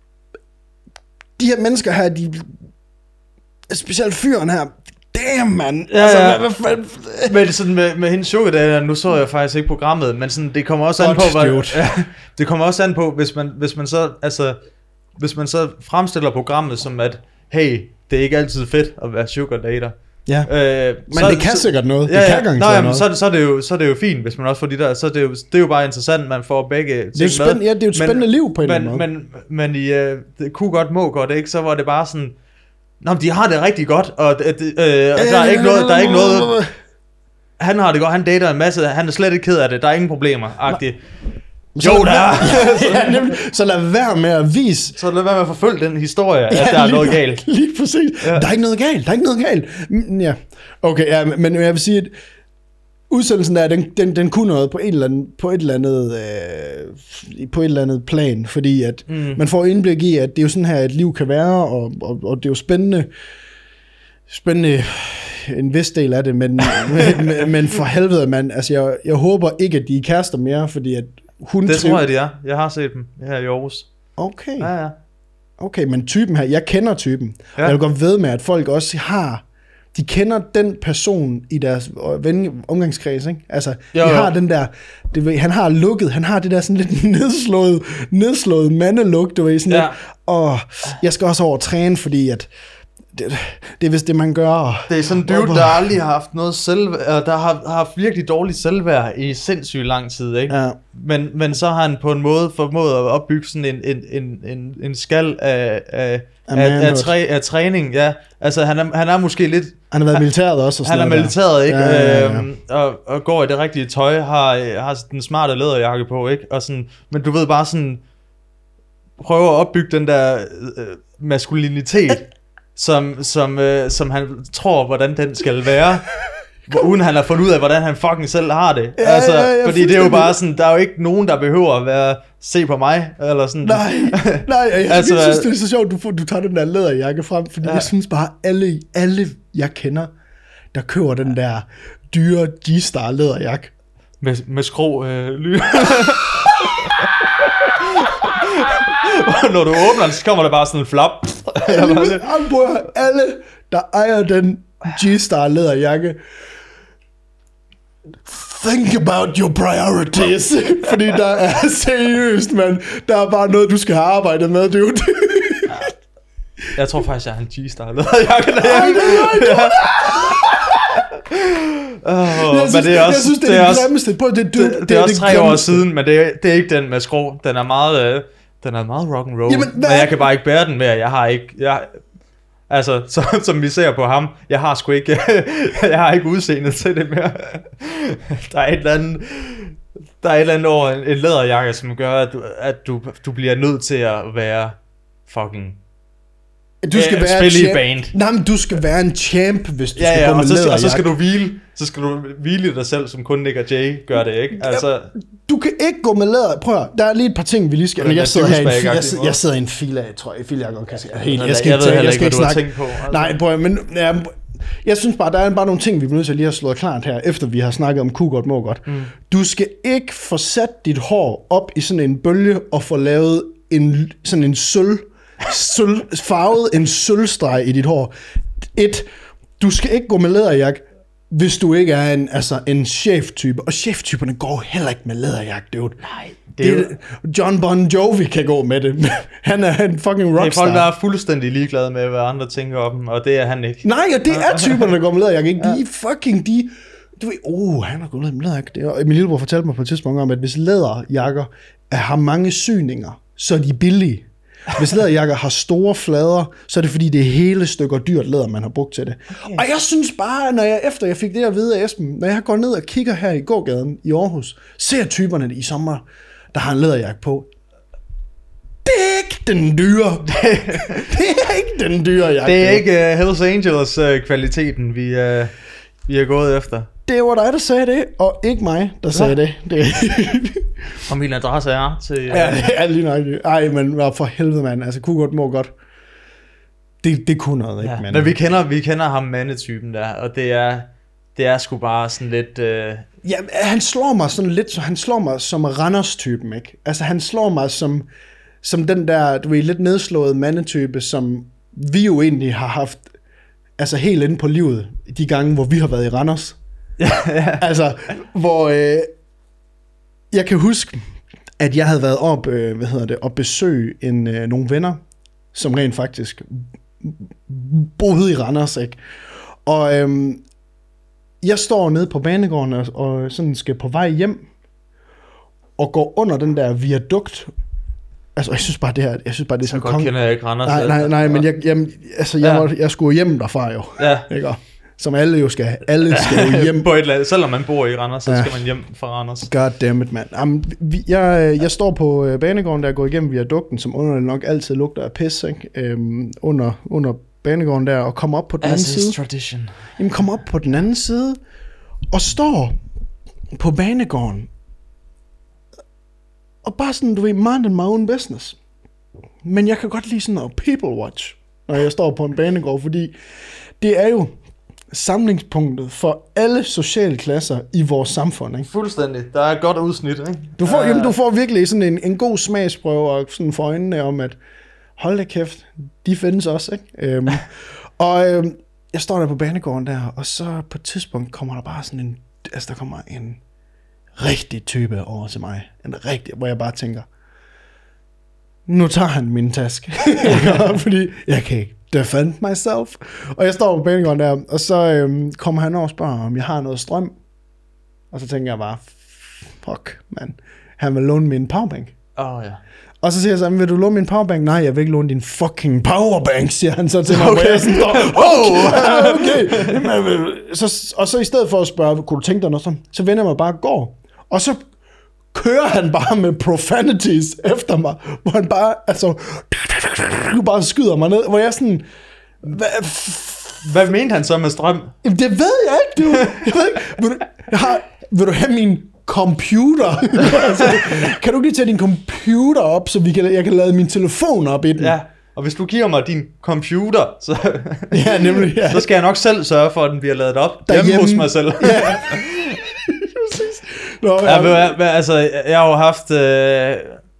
[SPEAKER 2] de her mennesker her, de, specielt fyren her, damn, man.
[SPEAKER 1] Ja, altså, ja. Hvad, hvad, hvad? Men sådan med, med hendes sugar dater, nu så jeg faktisk ikke programmet, men sådan, det kommer også God, an på, hvad, ja, det kommer også an på, hvis man, hvis man så, altså, hvis man så fremstiller programmet som at, hey, det er ikke altid fedt at være sugar dater.
[SPEAKER 2] Ja, øh, men så, det kan så, sikkert noget.
[SPEAKER 1] Ja,
[SPEAKER 2] det
[SPEAKER 1] ja,
[SPEAKER 2] kan
[SPEAKER 1] nej, jamen, så, så, er det jo, så er det jo fint, hvis man også får de der, så er det jo, det er jo bare interessant, man får begge ting
[SPEAKER 2] det er spænd, med. Ja, det er jo et spændende men, liv på en
[SPEAKER 1] men,
[SPEAKER 2] eller anden
[SPEAKER 1] måde. Men, men i uh, det kunne godt, må godt, ikke? Så var det bare sådan, nå, de har det rigtig godt, og øh, øh, der er ikke noget, der er ikke noget, han har det godt, han dater en masse, han er slet ikke ked af det, der er ingen problemer, agtigt. Jo, der er.
[SPEAKER 2] Ja, så lad være med at vise.
[SPEAKER 1] Så lad være med at forfølge den historie, at ja, der er
[SPEAKER 2] lige,
[SPEAKER 1] noget galt.
[SPEAKER 2] Lige præcis. Ja. Der er ikke noget galt, der er ikke noget galt. Ja, okay, ja, men jeg vil sige, at udsendelsen der, den, den, den kunne noget på et eller andet, på et eller andet, øh, på et eller andet plan, fordi at mm. man får indblik i, at det er jo sådan her, et liv kan være, og, og, og det er jo spændende, spændende en vis del af det, men, men, men for helvede, man, altså jeg, jeg håber ikke, at de er kærester mere, fordi at hun
[SPEAKER 1] det tror jeg, de er. Jeg har set dem her i Aarhus.
[SPEAKER 2] Okay.
[SPEAKER 1] Ja, ja.
[SPEAKER 2] Okay, men typen her, jeg kender typen. Ja. Jeg vil godt ved med, at folk også har, de kender den person i deres ven, omgangskreds, ikke? Altså, jo, de har jo. Den der, det, han har lukket, han har det der sådan lidt nedslået, nedslået mandeluk, du ved, sådan ja. Lidt, åh, jeg skal også over træne, fordi at, det, det er vist det, man gør.
[SPEAKER 1] Det er sådan en dude, der aldrig har haft noget selv, der har, har haft virkelig dårligt selvværd i sindssygt lang tid, ikke? Ja. Men, men så har han på en måde formået at opbygge sådan en, en, en, en, en skal af, af, af, af, træ, af træning, ja. Altså han er, han er måske lidt...
[SPEAKER 2] Han har været militæret også. Og
[SPEAKER 1] han er militæret, ikke? Ja, ja, ja. Øhm, og, og går i det rigtige tøj, har, har den smarte læderjakke på, ikke? Og sådan, men du ved bare sådan, prøver at opbygge den der øh, maskulinitet, som, som, øh, som han tror, hvordan den skal være, uden han har fundet ud af, hvordan han fucking selv har det. Ja, altså, ja, ja, fordi det er jo bare sådan, der er jo ikke nogen, der behøver at være, se på mig, eller sådan.
[SPEAKER 2] Nej, nej, jeg, altså, jeg synes, det er så sjovt, du, får, du tager den der læderjakke frem, fordi ja. Jeg synes bare, alle, alle jeg kender, der køber den der dyre G-Star læderjakke.
[SPEAKER 1] Med, med skrå øh, ly. Når du åbner den, så kommer der bare sådan en flap.
[SPEAKER 2] Alle, der ejer den G-Star læderjakke, think about your priorities. Fordi der er seriøst, man. Der er bare noget, du skal have arbejdet med, dude.
[SPEAKER 1] Jeg tror faktisk, jeg har en G-Star læderjakke derhjemme. Oh, jeg synes, det er også,
[SPEAKER 2] jeg synes, det er det, det grimmeste på det, det,
[SPEAKER 1] det, det, det er også tre år siden, men det er, det er ikke den med skrå. Den er meget, øh, den er meget rock and roll. Jamen, men jeg kan bare ikke bære den mere. Jeg har ikke, jeg, altså som, som vi ser på ham, jeg har sgu ikke, jeg har ikke udseendet til det mere. Der er et eller andet, der er et eller andet over en, en læderjakke, som gør, at du, at du, du bliver nødt til at være fucking.
[SPEAKER 2] Du skal
[SPEAKER 1] ja,
[SPEAKER 2] være
[SPEAKER 1] spille i band.
[SPEAKER 2] Nej, men du skal være en champ, hvis du
[SPEAKER 1] ja,
[SPEAKER 2] skal
[SPEAKER 1] ja,
[SPEAKER 2] gå med
[SPEAKER 1] og så,
[SPEAKER 2] læderjakke.
[SPEAKER 1] og så skal du hvile, så skal du hvile i dig selv, som kun Nick og Jay gør det, ikke? Altså,
[SPEAKER 2] ja, du kan ikke gå med læder. Prøv at, der er lige et par ting, vi lige skal. Men jeg sidder her i en, jeg, sidder, jeg sidder i en fila, tror jeg, fila jeg godt kan se. Helt, jeg skal
[SPEAKER 1] jeg
[SPEAKER 2] ikke,
[SPEAKER 1] ved
[SPEAKER 2] jeg skal
[SPEAKER 1] ikke,
[SPEAKER 2] ikke
[SPEAKER 1] hvad
[SPEAKER 2] snakke.
[SPEAKER 1] Du har tænkt på. Altså.
[SPEAKER 2] Nej, prøv at, men ja, jeg synes bare, der er bare nogle ting, vi bliver nødt til at lige have slået klart her, efter vi har snakket om ku godt, må godt. Mm. Du skal ikke få sat dit hår op i sådan en bølge og få lavet en sådan en sølv Sølv, farvet en sølvstreg i dit hår. Et, du skal ikke gå med læderjakke, hvis du ikke er en, altså en chef-type. Og chef-typerne går heller ikke med læderjakke, dude.
[SPEAKER 1] Nej, det er
[SPEAKER 2] det, John Bon Jovi kan gå med det. Han er en fucking rockstar.
[SPEAKER 1] Det er folk, der er fuldstændig ligeglade med, hvad andre tænker om dem, og det er han ikke.
[SPEAKER 2] Nej, og det er typerne, der går med læderjakke, ikke? De er fucking, de... Du ved, oh, han har gået med læderjakke. Min lillebror fortalte mig på et tidspunkt om, at hvis læderjakker har mange syninger, så er de billige. Hvis læderjakker har store flader, så er det fordi, det er hele stykker dyrt læder, man har brugt til det. Okay. Og jeg synes bare, når jeg efter jeg fik det at vide af Esben, når jeg går ned og kigger her i gågaden i Aarhus, ser typerne i sommer, der har en læderjakke på. Det er ikke den dyre. Det er ikke den dyre jakke.
[SPEAKER 1] Det er ikke uh, Hells Angels uh, kvaliteten, vi, uh, vi er gået efter.
[SPEAKER 2] Det var dig, der sagde det, og ikke mig, der sagde ja. det. det.
[SPEAKER 1] Og min adresse er til... Uh...
[SPEAKER 2] Ja, det er lige nok. Ej, men for helvede, mand. Altså, kunne godt, må godt. Det, det kunne noget, ikke?
[SPEAKER 1] Ja,
[SPEAKER 2] men
[SPEAKER 1] men vi kender, vi kender ham mandetypen der, og det er, det er sgu bare sådan lidt... Uh...
[SPEAKER 2] Ja, han slår mig sådan lidt, så han slår mig som Randers-typen, ikke? Altså, han slår mig som, som den der, du ved, lidt nedslået mandetype, som vi jo egentlig har haft, altså helt inde på livet, de gange, hvor vi har været i Randers. Ja, ja. Altså, hvor øh, jeg kan huske, at jeg havde været op, øh, hvad hedder det, og besøge en, øh, nogle venner, som rent faktisk boede i Randers, ikke? Og øh, jeg står nede på banegården og, og sådan skal på vej hjem, og går under den der viadukt. Altså, jeg synes bare, det her, jeg synes bare, det er
[SPEAKER 1] så
[SPEAKER 2] sådan
[SPEAKER 1] godt
[SPEAKER 2] kong...
[SPEAKER 1] kender jeg ikke Randers.
[SPEAKER 2] Nej, nej, nej, men jeg, jeg, altså, jeg, ja. var, jeg skulle hjem derfra jo. Ja. Ikke? Som alle jo skal, alle skal jo hjem.
[SPEAKER 1] På et eller andet, selvom man bor i Randers, så ja. skal man hjem fra Randers.
[SPEAKER 2] Goddammit, mand. Jamen, vi, jeg, jeg står på banegården, der går igennem viadukten, som underligt nok altid lugter af pis, ikke? Øhm, under, under banegården der, og kommer op på den
[SPEAKER 1] As
[SPEAKER 2] anden side.
[SPEAKER 1] Tradition.
[SPEAKER 2] Jamen, kommer op på den anden side, og står på banegården, og bare sådan, du ved, mind my own business. Men jeg kan godt lide sådan noget people watch, når jeg står på en banegård, fordi det er jo samlingspunktet for alle sociale klasser i vores samfund, ikke?
[SPEAKER 1] Fuldstændig. Der er et godt udsnit, ikke?
[SPEAKER 2] Du får, uh... jamen, du får virkelig sådan en, en god smagsprøve og sådan for øjnene om, at hold da kæft, de findes også, ikke? Øhm, og øhm, jeg står der på banegården der, og så på et tidspunkt kommer der bare sådan en, altså der kommer en rigtig type over til mig. En rigtig, hvor jeg bare tænker, nu tager han min taske. Fordi jeg kan ikke defend myself. Og jeg står på banegården der, og så øhm, kommer han over og spørger, om jeg har noget strøm. Og så tænker jeg bare, fuck, man. Han vil låne min powerbank.
[SPEAKER 1] Åh, oh, ja.
[SPEAKER 2] Og så siger jeg så, vil du låne min powerbank? Nej, jeg vil ikke låne din fucking powerbank, siger han så til mig. Okay. Sådan, okay, okay. Jamen, så, og så i stedet for at spørge, kunne du tænke dig noget sådan? Så vender jeg mig bare og går. Og så kører han bare med profanities efter mig, hvor han bare, altså, du bare skyder mig ned, hvor jeg sådan, hvad,
[SPEAKER 1] hvad mente han så med strøm?
[SPEAKER 2] Det ved jeg ikke, du. Jeg ved ikke. Vil du, jeg har, vil du have min computer? Altså, kan du lige tage din computer op, så vi kan, jeg kan lade min telefon op i den?
[SPEAKER 1] Ja. Og hvis du giver mig din computer, så,
[SPEAKER 2] ja, nemlig, ja.
[SPEAKER 1] så skal jeg nok selv sørge for, at den bliver ladet op derhjemme, hjemme hos mig selv. Ja. Nå, ja, ja. Men, altså, jeg har jo haft... Øh,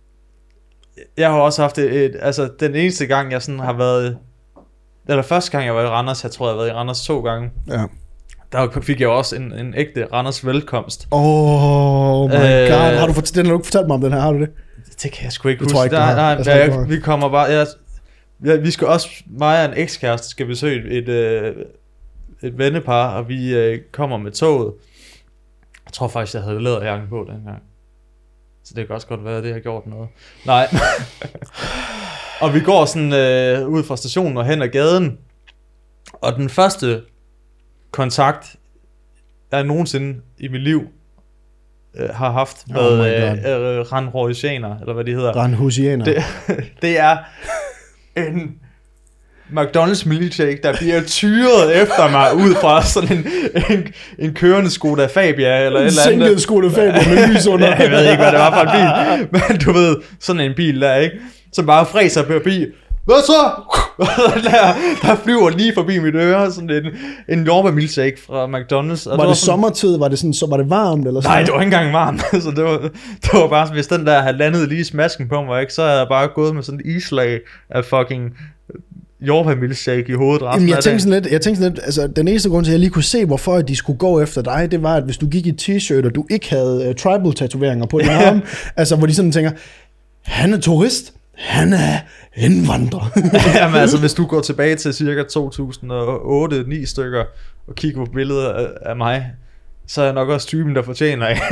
[SPEAKER 1] jeg har også haft et, et... Altså, den eneste gang, jeg sådan har været... Eller første gang, jeg var i Randers, jeg tror, jeg har været i Randers to gange. Ja. Der fik jeg også en, en ægte Randers velkomst.
[SPEAKER 2] Oh my øh, god. Har du, fort, den, har du fortalt mig om den her, har du det?
[SPEAKER 1] Det kan jeg sgu ikke
[SPEAKER 2] det
[SPEAKER 1] huske.
[SPEAKER 2] Tror jeg ikke,
[SPEAKER 1] der, nej,
[SPEAKER 2] jeg
[SPEAKER 1] nej, jeg, vi kommer bare... Jeg, jeg, vi skal også... Mig og en ekskæreste skal besøge et, et, et vennepar, og vi øh, kommer med toget. Jeg tror faktisk, jeg havde læderjakken på dengang. Så det kan også godt være, at det har gjort noget. Nej. Og vi går sådan øh, ud fra stationen og hen ad gaden. Og den første kontakt, jeg nogensinde i mit liv øh, har haft med oh øh, øh, ranhusianer, eller hvad de hedder.
[SPEAKER 2] Ranhusianer.
[SPEAKER 1] Det, det er en McDonald's milkshake, der bliver tyret efter mig ud fra sådan en, en, en kørende Skoda Fabia eller en et eller andet.
[SPEAKER 2] Sænket Skoda Fabia med lys under.
[SPEAKER 1] Ja, jeg ved ikke, hvad det var for en bil, men du ved, sådan en bil der, ikke? Som bare fræser forbi. Hvad så? der, der flyver lige forbi mit øre sådan en, en jordbær milkshake fra McDonald's.
[SPEAKER 2] Og var det, det sommertid? Var det sådan, så var det varmt eller sådan?
[SPEAKER 1] Nej, det var ikke engang varmt. Så det var, det var bare, hvis den der havde landet lige i smasken på mig, ikke, så havde jeg bare gået med sådan et islag af fucking jordbær milkshake i hovedet resten.
[SPEAKER 2] Jamen, jeg tænkte sådan lidt, jeg tænkte sådan lidt, altså den eneste grund til at jeg lige kunne se hvorfor de skulle gå efter dig, det var at hvis du gik i t-shirt og du ikke havde uh, tribal tatoveringer på din arm, altså hvor de sådan tænker, han er turist, han er indvandrer.
[SPEAKER 1] Jamen altså, hvis du går tilbage til cirka to tusind og otte ni stykker og kigger på billeder af, af mig, så er jeg nok også typen, der fortjener en,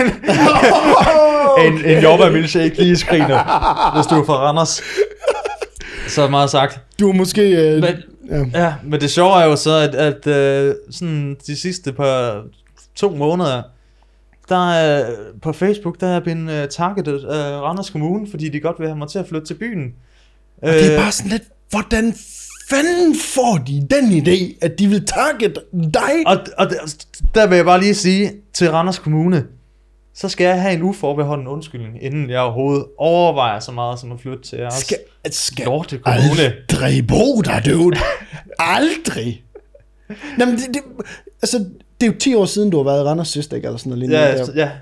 [SPEAKER 1] en, en jordbær milkshake lige i skrinet, hvis du er fra Randers. Så meget sagt.
[SPEAKER 2] Du er måske... Øh,
[SPEAKER 1] men, ja. ja, men det sjove er jo så, at, at øh, sådan de sidste par to måneder, der er på Facebook, der er blevet uh, targetet af uh, Randers Kommune, fordi de godt vil have mig til at flytte til byen.
[SPEAKER 2] Og uh, det er bare sådan lidt, hvordan fanden får de den idé, at de vil target dig?
[SPEAKER 1] Og, og der vil jeg bare lige sige til Randers Kommune, så skal jeg have en uforbeholden undskyldning, inden jeg overhovedet overvejer så meget som at flytte til jeres
[SPEAKER 2] skal, skal
[SPEAKER 1] lorte kommune.
[SPEAKER 2] Aldrig bo der, dude. Aldrig. Jamen, det, det, altså, det er jo ti år siden, du har været i Randers sidst, ikke? Eller sådan noget
[SPEAKER 1] ja,
[SPEAKER 2] der.
[SPEAKER 1] ja.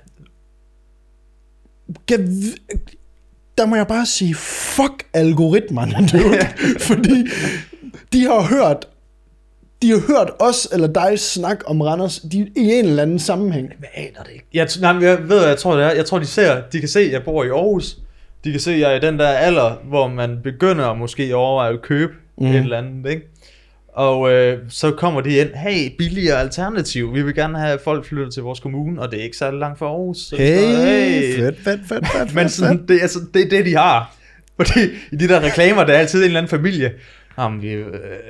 [SPEAKER 2] Der må jeg bare sige, fuck algoritmerne, dude. Fordi de har hørt De har hørt os eller dig snak om Randers de, i en eller anden sammenhæng.
[SPEAKER 1] Jeg aner det ikke. Jeg, nej, jeg ved, hvad jeg tror, det er. Jeg tror, de ser, de kan se, at jeg bor i Aarhus. De kan se, at jeg er i den der alder, hvor man begynder at måske overveje at købe mm. et eller andet, ikke? Og øh, så kommer de ind, hey, billigere alternativ. Vi vil gerne have folk flyttet til vores kommune, og det er ikke særlig langt fra Aarhus. Så
[SPEAKER 2] hey, står, hey, fedt, fedt, fedt, fedt.
[SPEAKER 1] Men sådan, det, altså, det er det, de har. Fordi i de der reklamer, der er altid en eller anden familie. Jamen, vi... Øh,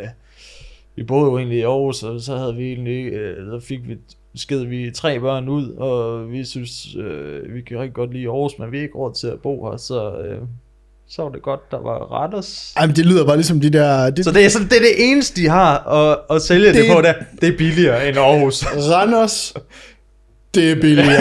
[SPEAKER 1] Vi boede jo egentlig i Aarhus, og så havde vi egentlig, øh, så fik vi, sked vi tre børn ud, og vi synes, øh, vi kan rigtig godt lide Aarhus, men vi har ikke råd til at bo her, så, øh, så var det godt, der var Randers.
[SPEAKER 2] Ej, men det lyder bare ligesom de der... Det,
[SPEAKER 1] så det er, sådan, det er det eneste, de har at, at sælge det, det på, der. Det er billigere end Aarhus.
[SPEAKER 2] Randers, det er billigere.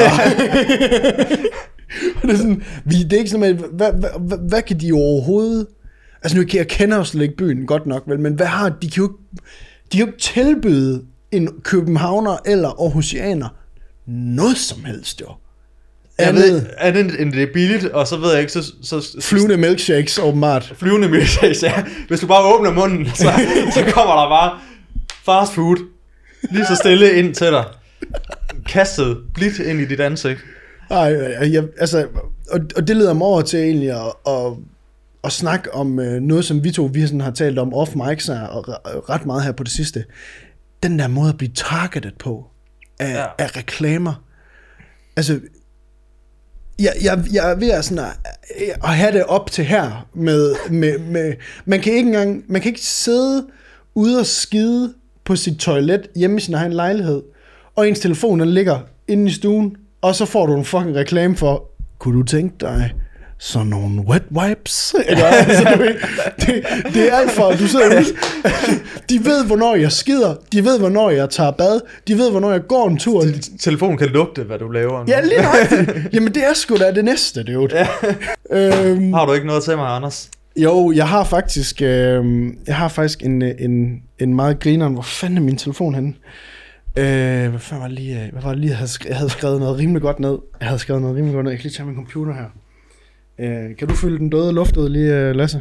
[SPEAKER 2] det, er sådan, vi, det er ikke sådan, hvad, hvad, hvad, hvad kan de overhovedet... Altså nu kan jeg kender jo slet ikke byen godt nok, vel, men hvad har de kan jo de kan jo ikke tilbyde en københavner eller aarhusianer noget som helst, jo.
[SPEAKER 1] Jeg ved, er det end det er billigt, og så ved jeg ikke, så... så
[SPEAKER 2] flyvende milkshakes, åbenbart.
[SPEAKER 1] Flyvende milkshakes, ja. Hvis du bare åbner munden, så, så kommer der bare fast food, lige så stille ind til dig. Kastet blidt ind i dit ansigt.
[SPEAKER 2] Ej, jeg, altså, og, og det leder mig over til egentlig at... at og snakke om øh, noget, som vi to vi sådan har talt om off mics og ret meget her på det sidste. Den der måde at blive targetet på af, ja. af reklamer. Altså, jeg, jeg, jeg er ved at, sådan at, at have det op til her med, med, med man kan ikke engang, man kan ikke sidde ude og skide på sit toilet hjemme i sin egen lejlighed, og ens telefon den ligger inde i stuen, og så får du en fucking reklame for, kunne du tænke dig sådan nogle wet wipes. Eller, altså, du ved, det, det er alt for, du sidder de ved, hvornår jeg skider, de ved, hvornår jeg tager bad, de ved, hvornår jeg går en tur.
[SPEAKER 1] Telefonen kan lugte, hvad du laver.
[SPEAKER 2] Ja, lige nøjagtigt. Jamen, det er sgu da det næste, det er jo. Ja. Øhm,
[SPEAKER 1] Har du ikke noget til mig, Anders?
[SPEAKER 2] Jo, jeg har faktisk, øh, jeg har faktisk en, en, en meget grineren. Hvor fanden er min telefon henne? Øh, hvad fanden var det lige, hvad var det lige, jeg havde, skrevet, jeg havde skrevet noget rimelig godt ned. Jeg havde skrevet noget rimelig godt ned. Jeg kan lige tage min computer her. Øh, kan du fylde den døde luft ud lige, Lasse?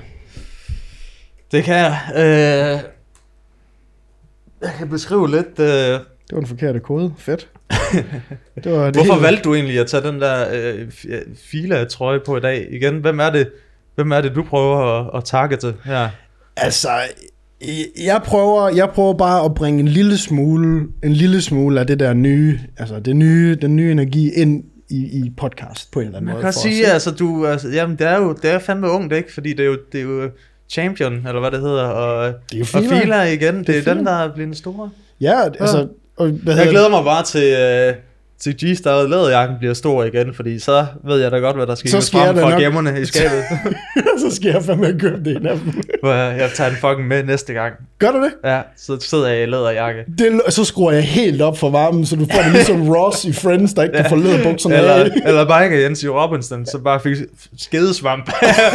[SPEAKER 1] Det kan jeg. Øh, jeg kan beskrive lidt... Øh...
[SPEAKER 2] Det var den forkerte kode. Fedt. Det var det
[SPEAKER 1] Hvorfor
[SPEAKER 2] hele.
[SPEAKER 1] valgte du egentlig at tage den der øh, Fila-trøje på i dag igen? Hvem er det, hvem er det du prøver at, at targete her?
[SPEAKER 2] Altså, jeg prøver, jeg prøver bare at bringe en lille smule, en lille smule af det der nye, altså det nye, den nye energi ind i, i podcast på en eller anden
[SPEAKER 1] Man
[SPEAKER 2] måde.
[SPEAKER 1] kan sige, altså du, altså, jamen det er jo, det er fandme ungt, ikke? Fordi det er jo, det er jo Champion, eller hvad det hedder, og,
[SPEAKER 2] det er
[SPEAKER 1] og
[SPEAKER 2] Fila.
[SPEAKER 1] Fila igen, det, det er
[SPEAKER 2] Fila.
[SPEAKER 1] den, der er blevet store.
[SPEAKER 2] Ja, altså... Og, hvad
[SPEAKER 1] jeg glæder mig bare til, øh, til G-Star læderjakken bliver stor igen, fordi så ved jeg da godt, hvad der skal
[SPEAKER 2] så
[SPEAKER 1] frem fra
[SPEAKER 2] nok...
[SPEAKER 1] gemmerne i skabet.
[SPEAKER 2] Så skal jeg fandme købe det en af dem.
[SPEAKER 1] jeg, jeg tager den fucking med næste gang.
[SPEAKER 2] Gør du det?
[SPEAKER 1] Ja, så sidder jeg i læderjakke.
[SPEAKER 2] Det, så skruer jeg helt op for varmen, så du får det ligesom Ross i Friends, der ikke kan få læderbukserne
[SPEAKER 1] eller,
[SPEAKER 2] af.
[SPEAKER 1] eller Biker Jens i Robinson, så bare fik skedesvamp.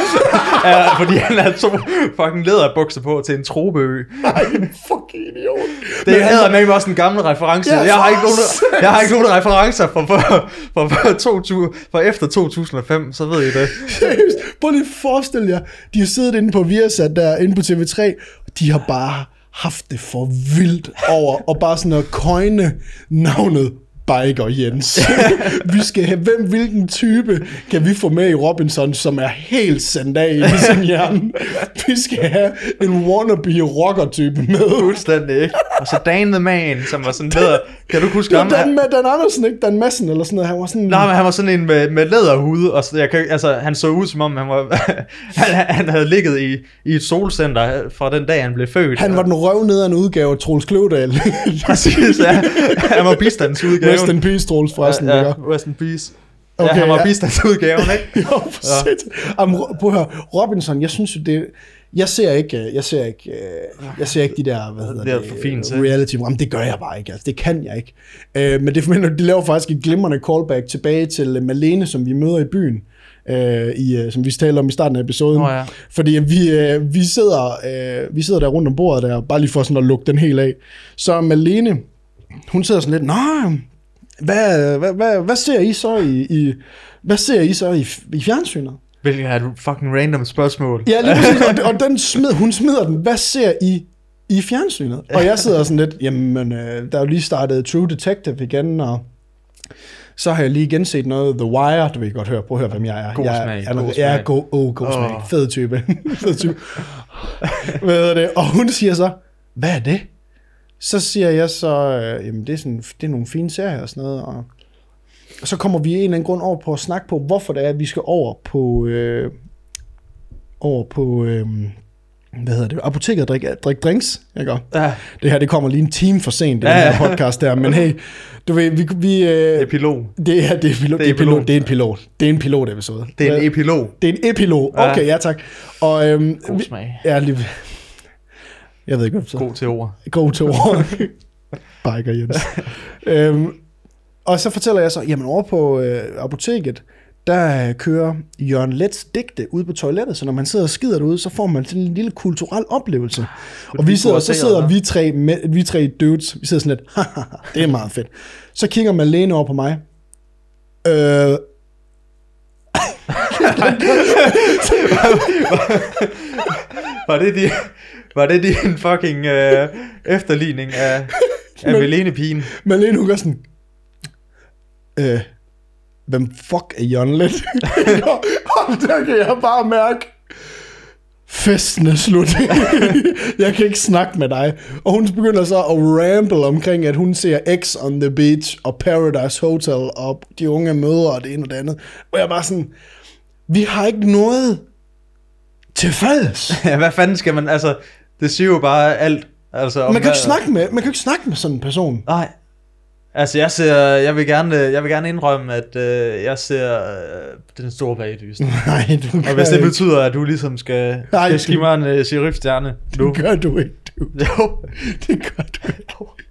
[SPEAKER 1] Ja, fordi han havde to fucking læderbukser på til en tropeø.
[SPEAKER 2] Ej, fucking idiot.
[SPEAKER 1] Det er altså, med også en gammel reference.
[SPEAKER 2] Ja,
[SPEAKER 1] jeg, har ikke nogen, jeg har ikke nogen referencer fra, fra, fra, fra, to tusind, fra efter to tusind og fem, så ved I det.
[SPEAKER 2] Seriøst, prøv lige at forestille jer, de har siddet inde på Viasat der, inde på T V tre, og de har bare haft det for vildt over, og bare sådan at coine navnet Biker Jens. Vi skal have, hvem, hvilken type kan vi få med i Robinson, som er helt sendt af i sin hjerne. Vi skal have en wannabe rocker-type med.
[SPEAKER 1] Fuldstændig, ikke? Og så Dan the Man, som var sådan læder. Kan du huske ham?
[SPEAKER 2] Dan, Dan Andersen, ikke? Dan Madsen eller sådan noget. Han var sådan...
[SPEAKER 1] Nej, men han var sådan en med, med læderhud, og så, jeg kan, altså, han så ud som om, han, var, han, han havde ligget i, i et solcenter fra den dag, han blev født.
[SPEAKER 2] Han var den røvnederne udgave af Troels Kløvedal.
[SPEAKER 1] Præcis, ja. Han var bistandsudgaven.
[SPEAKER 2] Rest in peace, Troels, forresten.
[SPEAKER 1] Ja, ja, rest in peace. Okay, ja, han var
[SPEAKER 2] ja.
[SPEAKER 1] bistandsudgaven, ikke?
[SPEAKER 2] Jo, for ja. Am, prøv at høre, Robinson, jeg synes jo det... Jeg ser ikke, jeg ser ikke, jeg ser ikke de der, hvad hedder
[SPEAKER 1] det, er
[SPEAKER 2] det,
[SPEAKER 1] for fint,
[SPEAKER 2] reality. Jamen, det gør jeg bare ikke, altså. Det kan jeg ikke. Uh, men det mener, de laver faktisk et glimrende callback tilbage til Malene, som vi møder i byen, uh, i, uh, som vi talte om i starten af episoden.
[SPEAKER 1] Oh, ja.
[SPEAKER 2] Fordi vi, uh, vi, sidder, uh, vi sidder der rundt om bordet der, bare lige for sådan at lukke den helt af. Så Malene, hun sidder sådan lidt, nej, hvad, hvad, hvad, hvad ser I så i, i hvad ser I så i, i fjernsynet?
[SPEAKER 1] Hvilket er et fucking random spørgsmål.
[SPEAKER 2] Ja, lige præcis, og, og den smid, hun smider den, hvad ser I i fjernsynet? Og jeg sidder sådan lidt, jamen, øh, der er jo lige startet True Detective igen, og så har jeg lige genset noget The Wire, du vil godt høre, prøv at høre, hvem jeg er.
[SPEAKER 1] God
[SPEAKER 2] jeg,
[SPEAKER 1] smag,
[SPEAKER 2] jeg,
[SPEAKER 1] god
[SPEAKER 2] jeg,
[SPEAKER 1] smag.
[SPEAKER 2] jeg er god, oh, god
[SPEAKER 1] oh.
[SPEAKER 2] smag, fed type, fed type. Hvad er det? Og hun siger så, hvad er det? Så siger jeg så, øh, jamen det er, sådan, det er nogle fine serier og sådan noget, og Og så kommer vi af en eller anden grund over på at snakke på, hvorfor det er, at vi skal over på, øh, over på øh, hvad hedder det, apoteket og drikke, drikke drinks. Ikke?
[SPEAKER 1] Ja.
[SPEAKER 2] Det her, det kommer lige en time for sent, det ja, her podcast der, men hey, du ved, vi... vi øh,
[SPEAKER 1] epilog.
[SPEAKER 2] Det er, det er, pilot, det er, pilot, det er en pilot. Det er en pilot-episode.
[SPEAKER 1] Det er en epilog.
[SPEAKER 2] Det er en epilog. Okay, ja, tak. Og, øhm,
[SPEAKER 1] God smag.
[SPEAKER 2] Ja, lige... Jeg ved ikke, hvad det
[SPEAKER 1] God til ord.
[SPEAKER 2] God til ord. Biker Jens. øhm, og så fortæller jeg så, jamen over på øh, apoteket, der kører Jørgen Lets digte ude på toilettet, så når man sidder og skider derude, så får man sådan en lille kulturel oplevelse. Og vi sidder, så sidder vi tre, med, vi tre dudes, vi sidder sådan lidt, haha, det er meget fedt. Så kigger Malene over på mig. Øh...
[SPEAKER 1] var, det din, var det din fucking øh, efterligning af, af Malene-pigen?
[SPEAKER 2] Malene, hun gør sådan, øh... hvem fuck er Jørgen Let? Og der kan jeg bare mærke, festen er slut. Jeg kan ikke snakke med dig. Og hun begynder så at ramble omkring, at hun ser X on the Beach og Paradise Hotel og de unge mødre og det ene og det andet. Og jeg er bare sådan, vi har ikke noget til fælles.
[SPEAKER 1] Ja, hvad fanden skal man, altså, det siger jo bare alt. Altså,
[SPEAKER 2] man, kan hvad... ikke snakke med, man kan ikke snakke med sådan en person.
[SPEAKER 1] Nej. Altså jeg ser, jeg vil gerne, jeg vil gerne indrømme, at øh, jeg ser øh, den store bagdyst.
[SPEAKER 2] Nej, du
[SPEAKER 1] Og hvis det ikke. betyder, at du ligesom skal, Nej, skal skive mig en uh, sheriffstjerne.
[SPEAKER 2] Det gør du ikke, du.
[SPEAKER 1] Jo.
[SPEAKER 2] Det gør du ikke.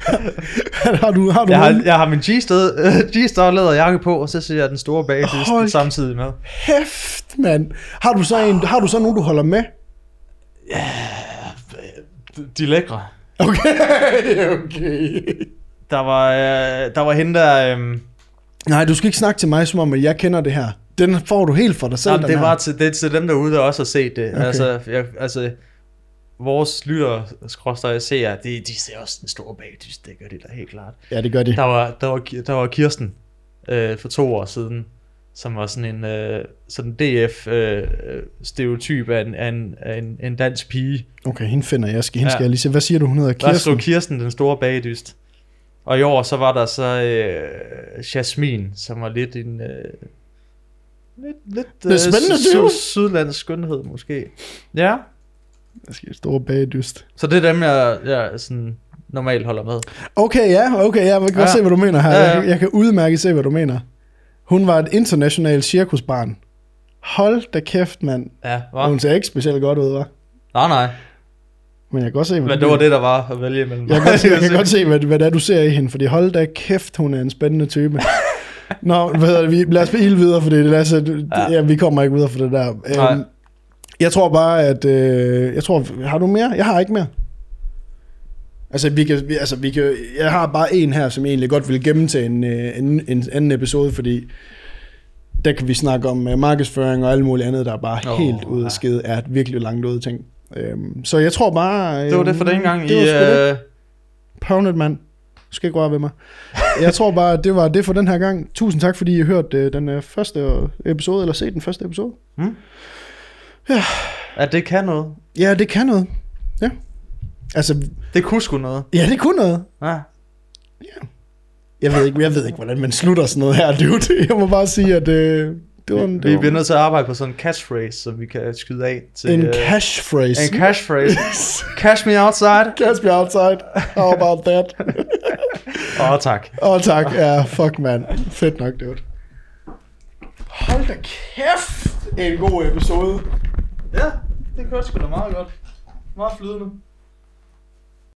[SPEAKER 2] har du, har du
[SPEAKER 1] jeg, har, jeg har min G-Star læderjakke på, og så ser jeg den store bagdyst samtidig med.
[SPEAKER 2] Hæft, mand. Har du så en, har du så nogen, du holder med?
[SPEAKER 1] Ja, de er lækre.
[SPEAKER 2] Okay, okay.
[SPEAKER 1] Der var, øh, der var hende der... Øh...
[SPEAKER 2] Nej, du skal ikke snakke til mig, som om at jeg kender det her. Den får du helt for dig selv.
[SPEAKER 1] Jamen, det var til, det er til dem derude, der også har set det.
[SPEAKER 2] Okay.
[SPEAKER 1] Altså, jeg, altså, vores lytter, skråstrej seere, de, de ser også den store bagdyst, det gør de da helt klart.
[SPEAKER 2] Ja, det gør de.
[SPEAKER 1] Der var, der var, der var Kirsten øh, for to år siden, som var sådan en øh, sådan D F-stereotyp øh, af, en, af, en, af en, en dansk pige.
[SPEAKER 2] Okay, hende finder jeg. Skal, hende
[SPEAKER 1] ja.
[SPEAKER 2] skal jeg lige se. Hvad siger du, hun hedder? Kirsten?
[SPEAKER 1] Der stod Kirsten, den store bagdyst. Og i år så var der så øh, Jasmin, som var lidt en... Øh, lidt lidt
[SPEAKER 2] det er spændende,
[SPEAKER 1] øh, sy- sydlandsk skønhed måske. Ja.
[SPEAKER 2] Jeg skal store bagdyst.
[SPEAKER 1] Så det er dem, jeg, jeg sådan normalt holder med.
[SPEAKER 2] Okay, ja. Okay, jeg kan godt ja. se, hvad du mener her. Ja, ja. Jeg, jeg kan udmærket se, hvad du mener. Hun var et internationalt cirkusbarn. Hold da kæft, mand.
[SPEAKER 1] Ja, hva?
[SPEAKER 2] Hun ser ikke specielt godt ud, hva'?
[SPEAKER 1] Nej, nej.
[SPEAKER 2] Men jeg kan godt se, hvad
[SPEAKER 1] Men det var det, der var at vælge imellem.
[SPEAKER 2] Jeg kan godt se, jeg kan godt se hvad, hvad det er, du ser i hende, fordi hold da kæft, hun er en spændende type. Nå, hvad hedder det? Vi, lad os blive videre for det. Lad os, ja. Ja, vi kommer ikke videre for det der.
[SPEAKER 1] Nej.
[SPEAKER 2] Um, jeg tror bare, at... Øh, jeg tror, har du mere? Jeg har ikke mere. Altså, vi kan, vi, altså vi kan, jeg har bare en her, som jeg egentlig godt vil gemme til en, en, en anden episode, fordi der kan vi snakke om uh, markedsføring og alt muligt andet, der er bare oh, helt ude af skide, er et virkelig langt ude ting. Um, så jeg tror bare...
[SPEAKER 1] Det var det for den gang
[SPEAKER 2] det
[SPEAKER 1] i...
[SPEAKER 2] Uh... Pounded, mand. Du skal ikke røre ved mig. Jeg tror bare, at det var det for den her gang. Tusind tak, fordi I hørte uh, den uh, første episode, eller set den første episode.
[SPEAKER 1] Hmm?
[SPEAKER 2] Ja.
[SPEAKER 1] At det kan noget.
[SPEAKER 2] Ja, det kan noget. Ja. Altså,
[SPEAKER 1] det kunne sgu noget.
[SPEAKER 2] Ja, det kunne noget.
[SPEAKER 1] Ja.
[SPEAKER 2] Ja. Jeg ved ikke, jeg ved ikke, hvordan man slutter sådan noget her, dude. Jeg må bare sige, at øh, det var... Det
[SPEAKER 1] vi
[SPEAKER 2] var...
[SPEAKER 1] bliver nødt til at arbejde på sådan en catchphrase, som vi kan skyde af til...
[SPEAKER 2] En catchphrase.
[SPEAKER 1] En catchphrase. Cash me outside.
[SPEAKER 2] Cash me outside. How about that?
[SPEAKER 1] Åh, oh, tak.
[SPEAKER 2] Åh, oh, tak. Ja, fuck, man. Fedt nok, dude. Hold da kæft. En god episode.
[SPEAKER 1] Ja, det kørte sgu da meget godt. Meget flydende.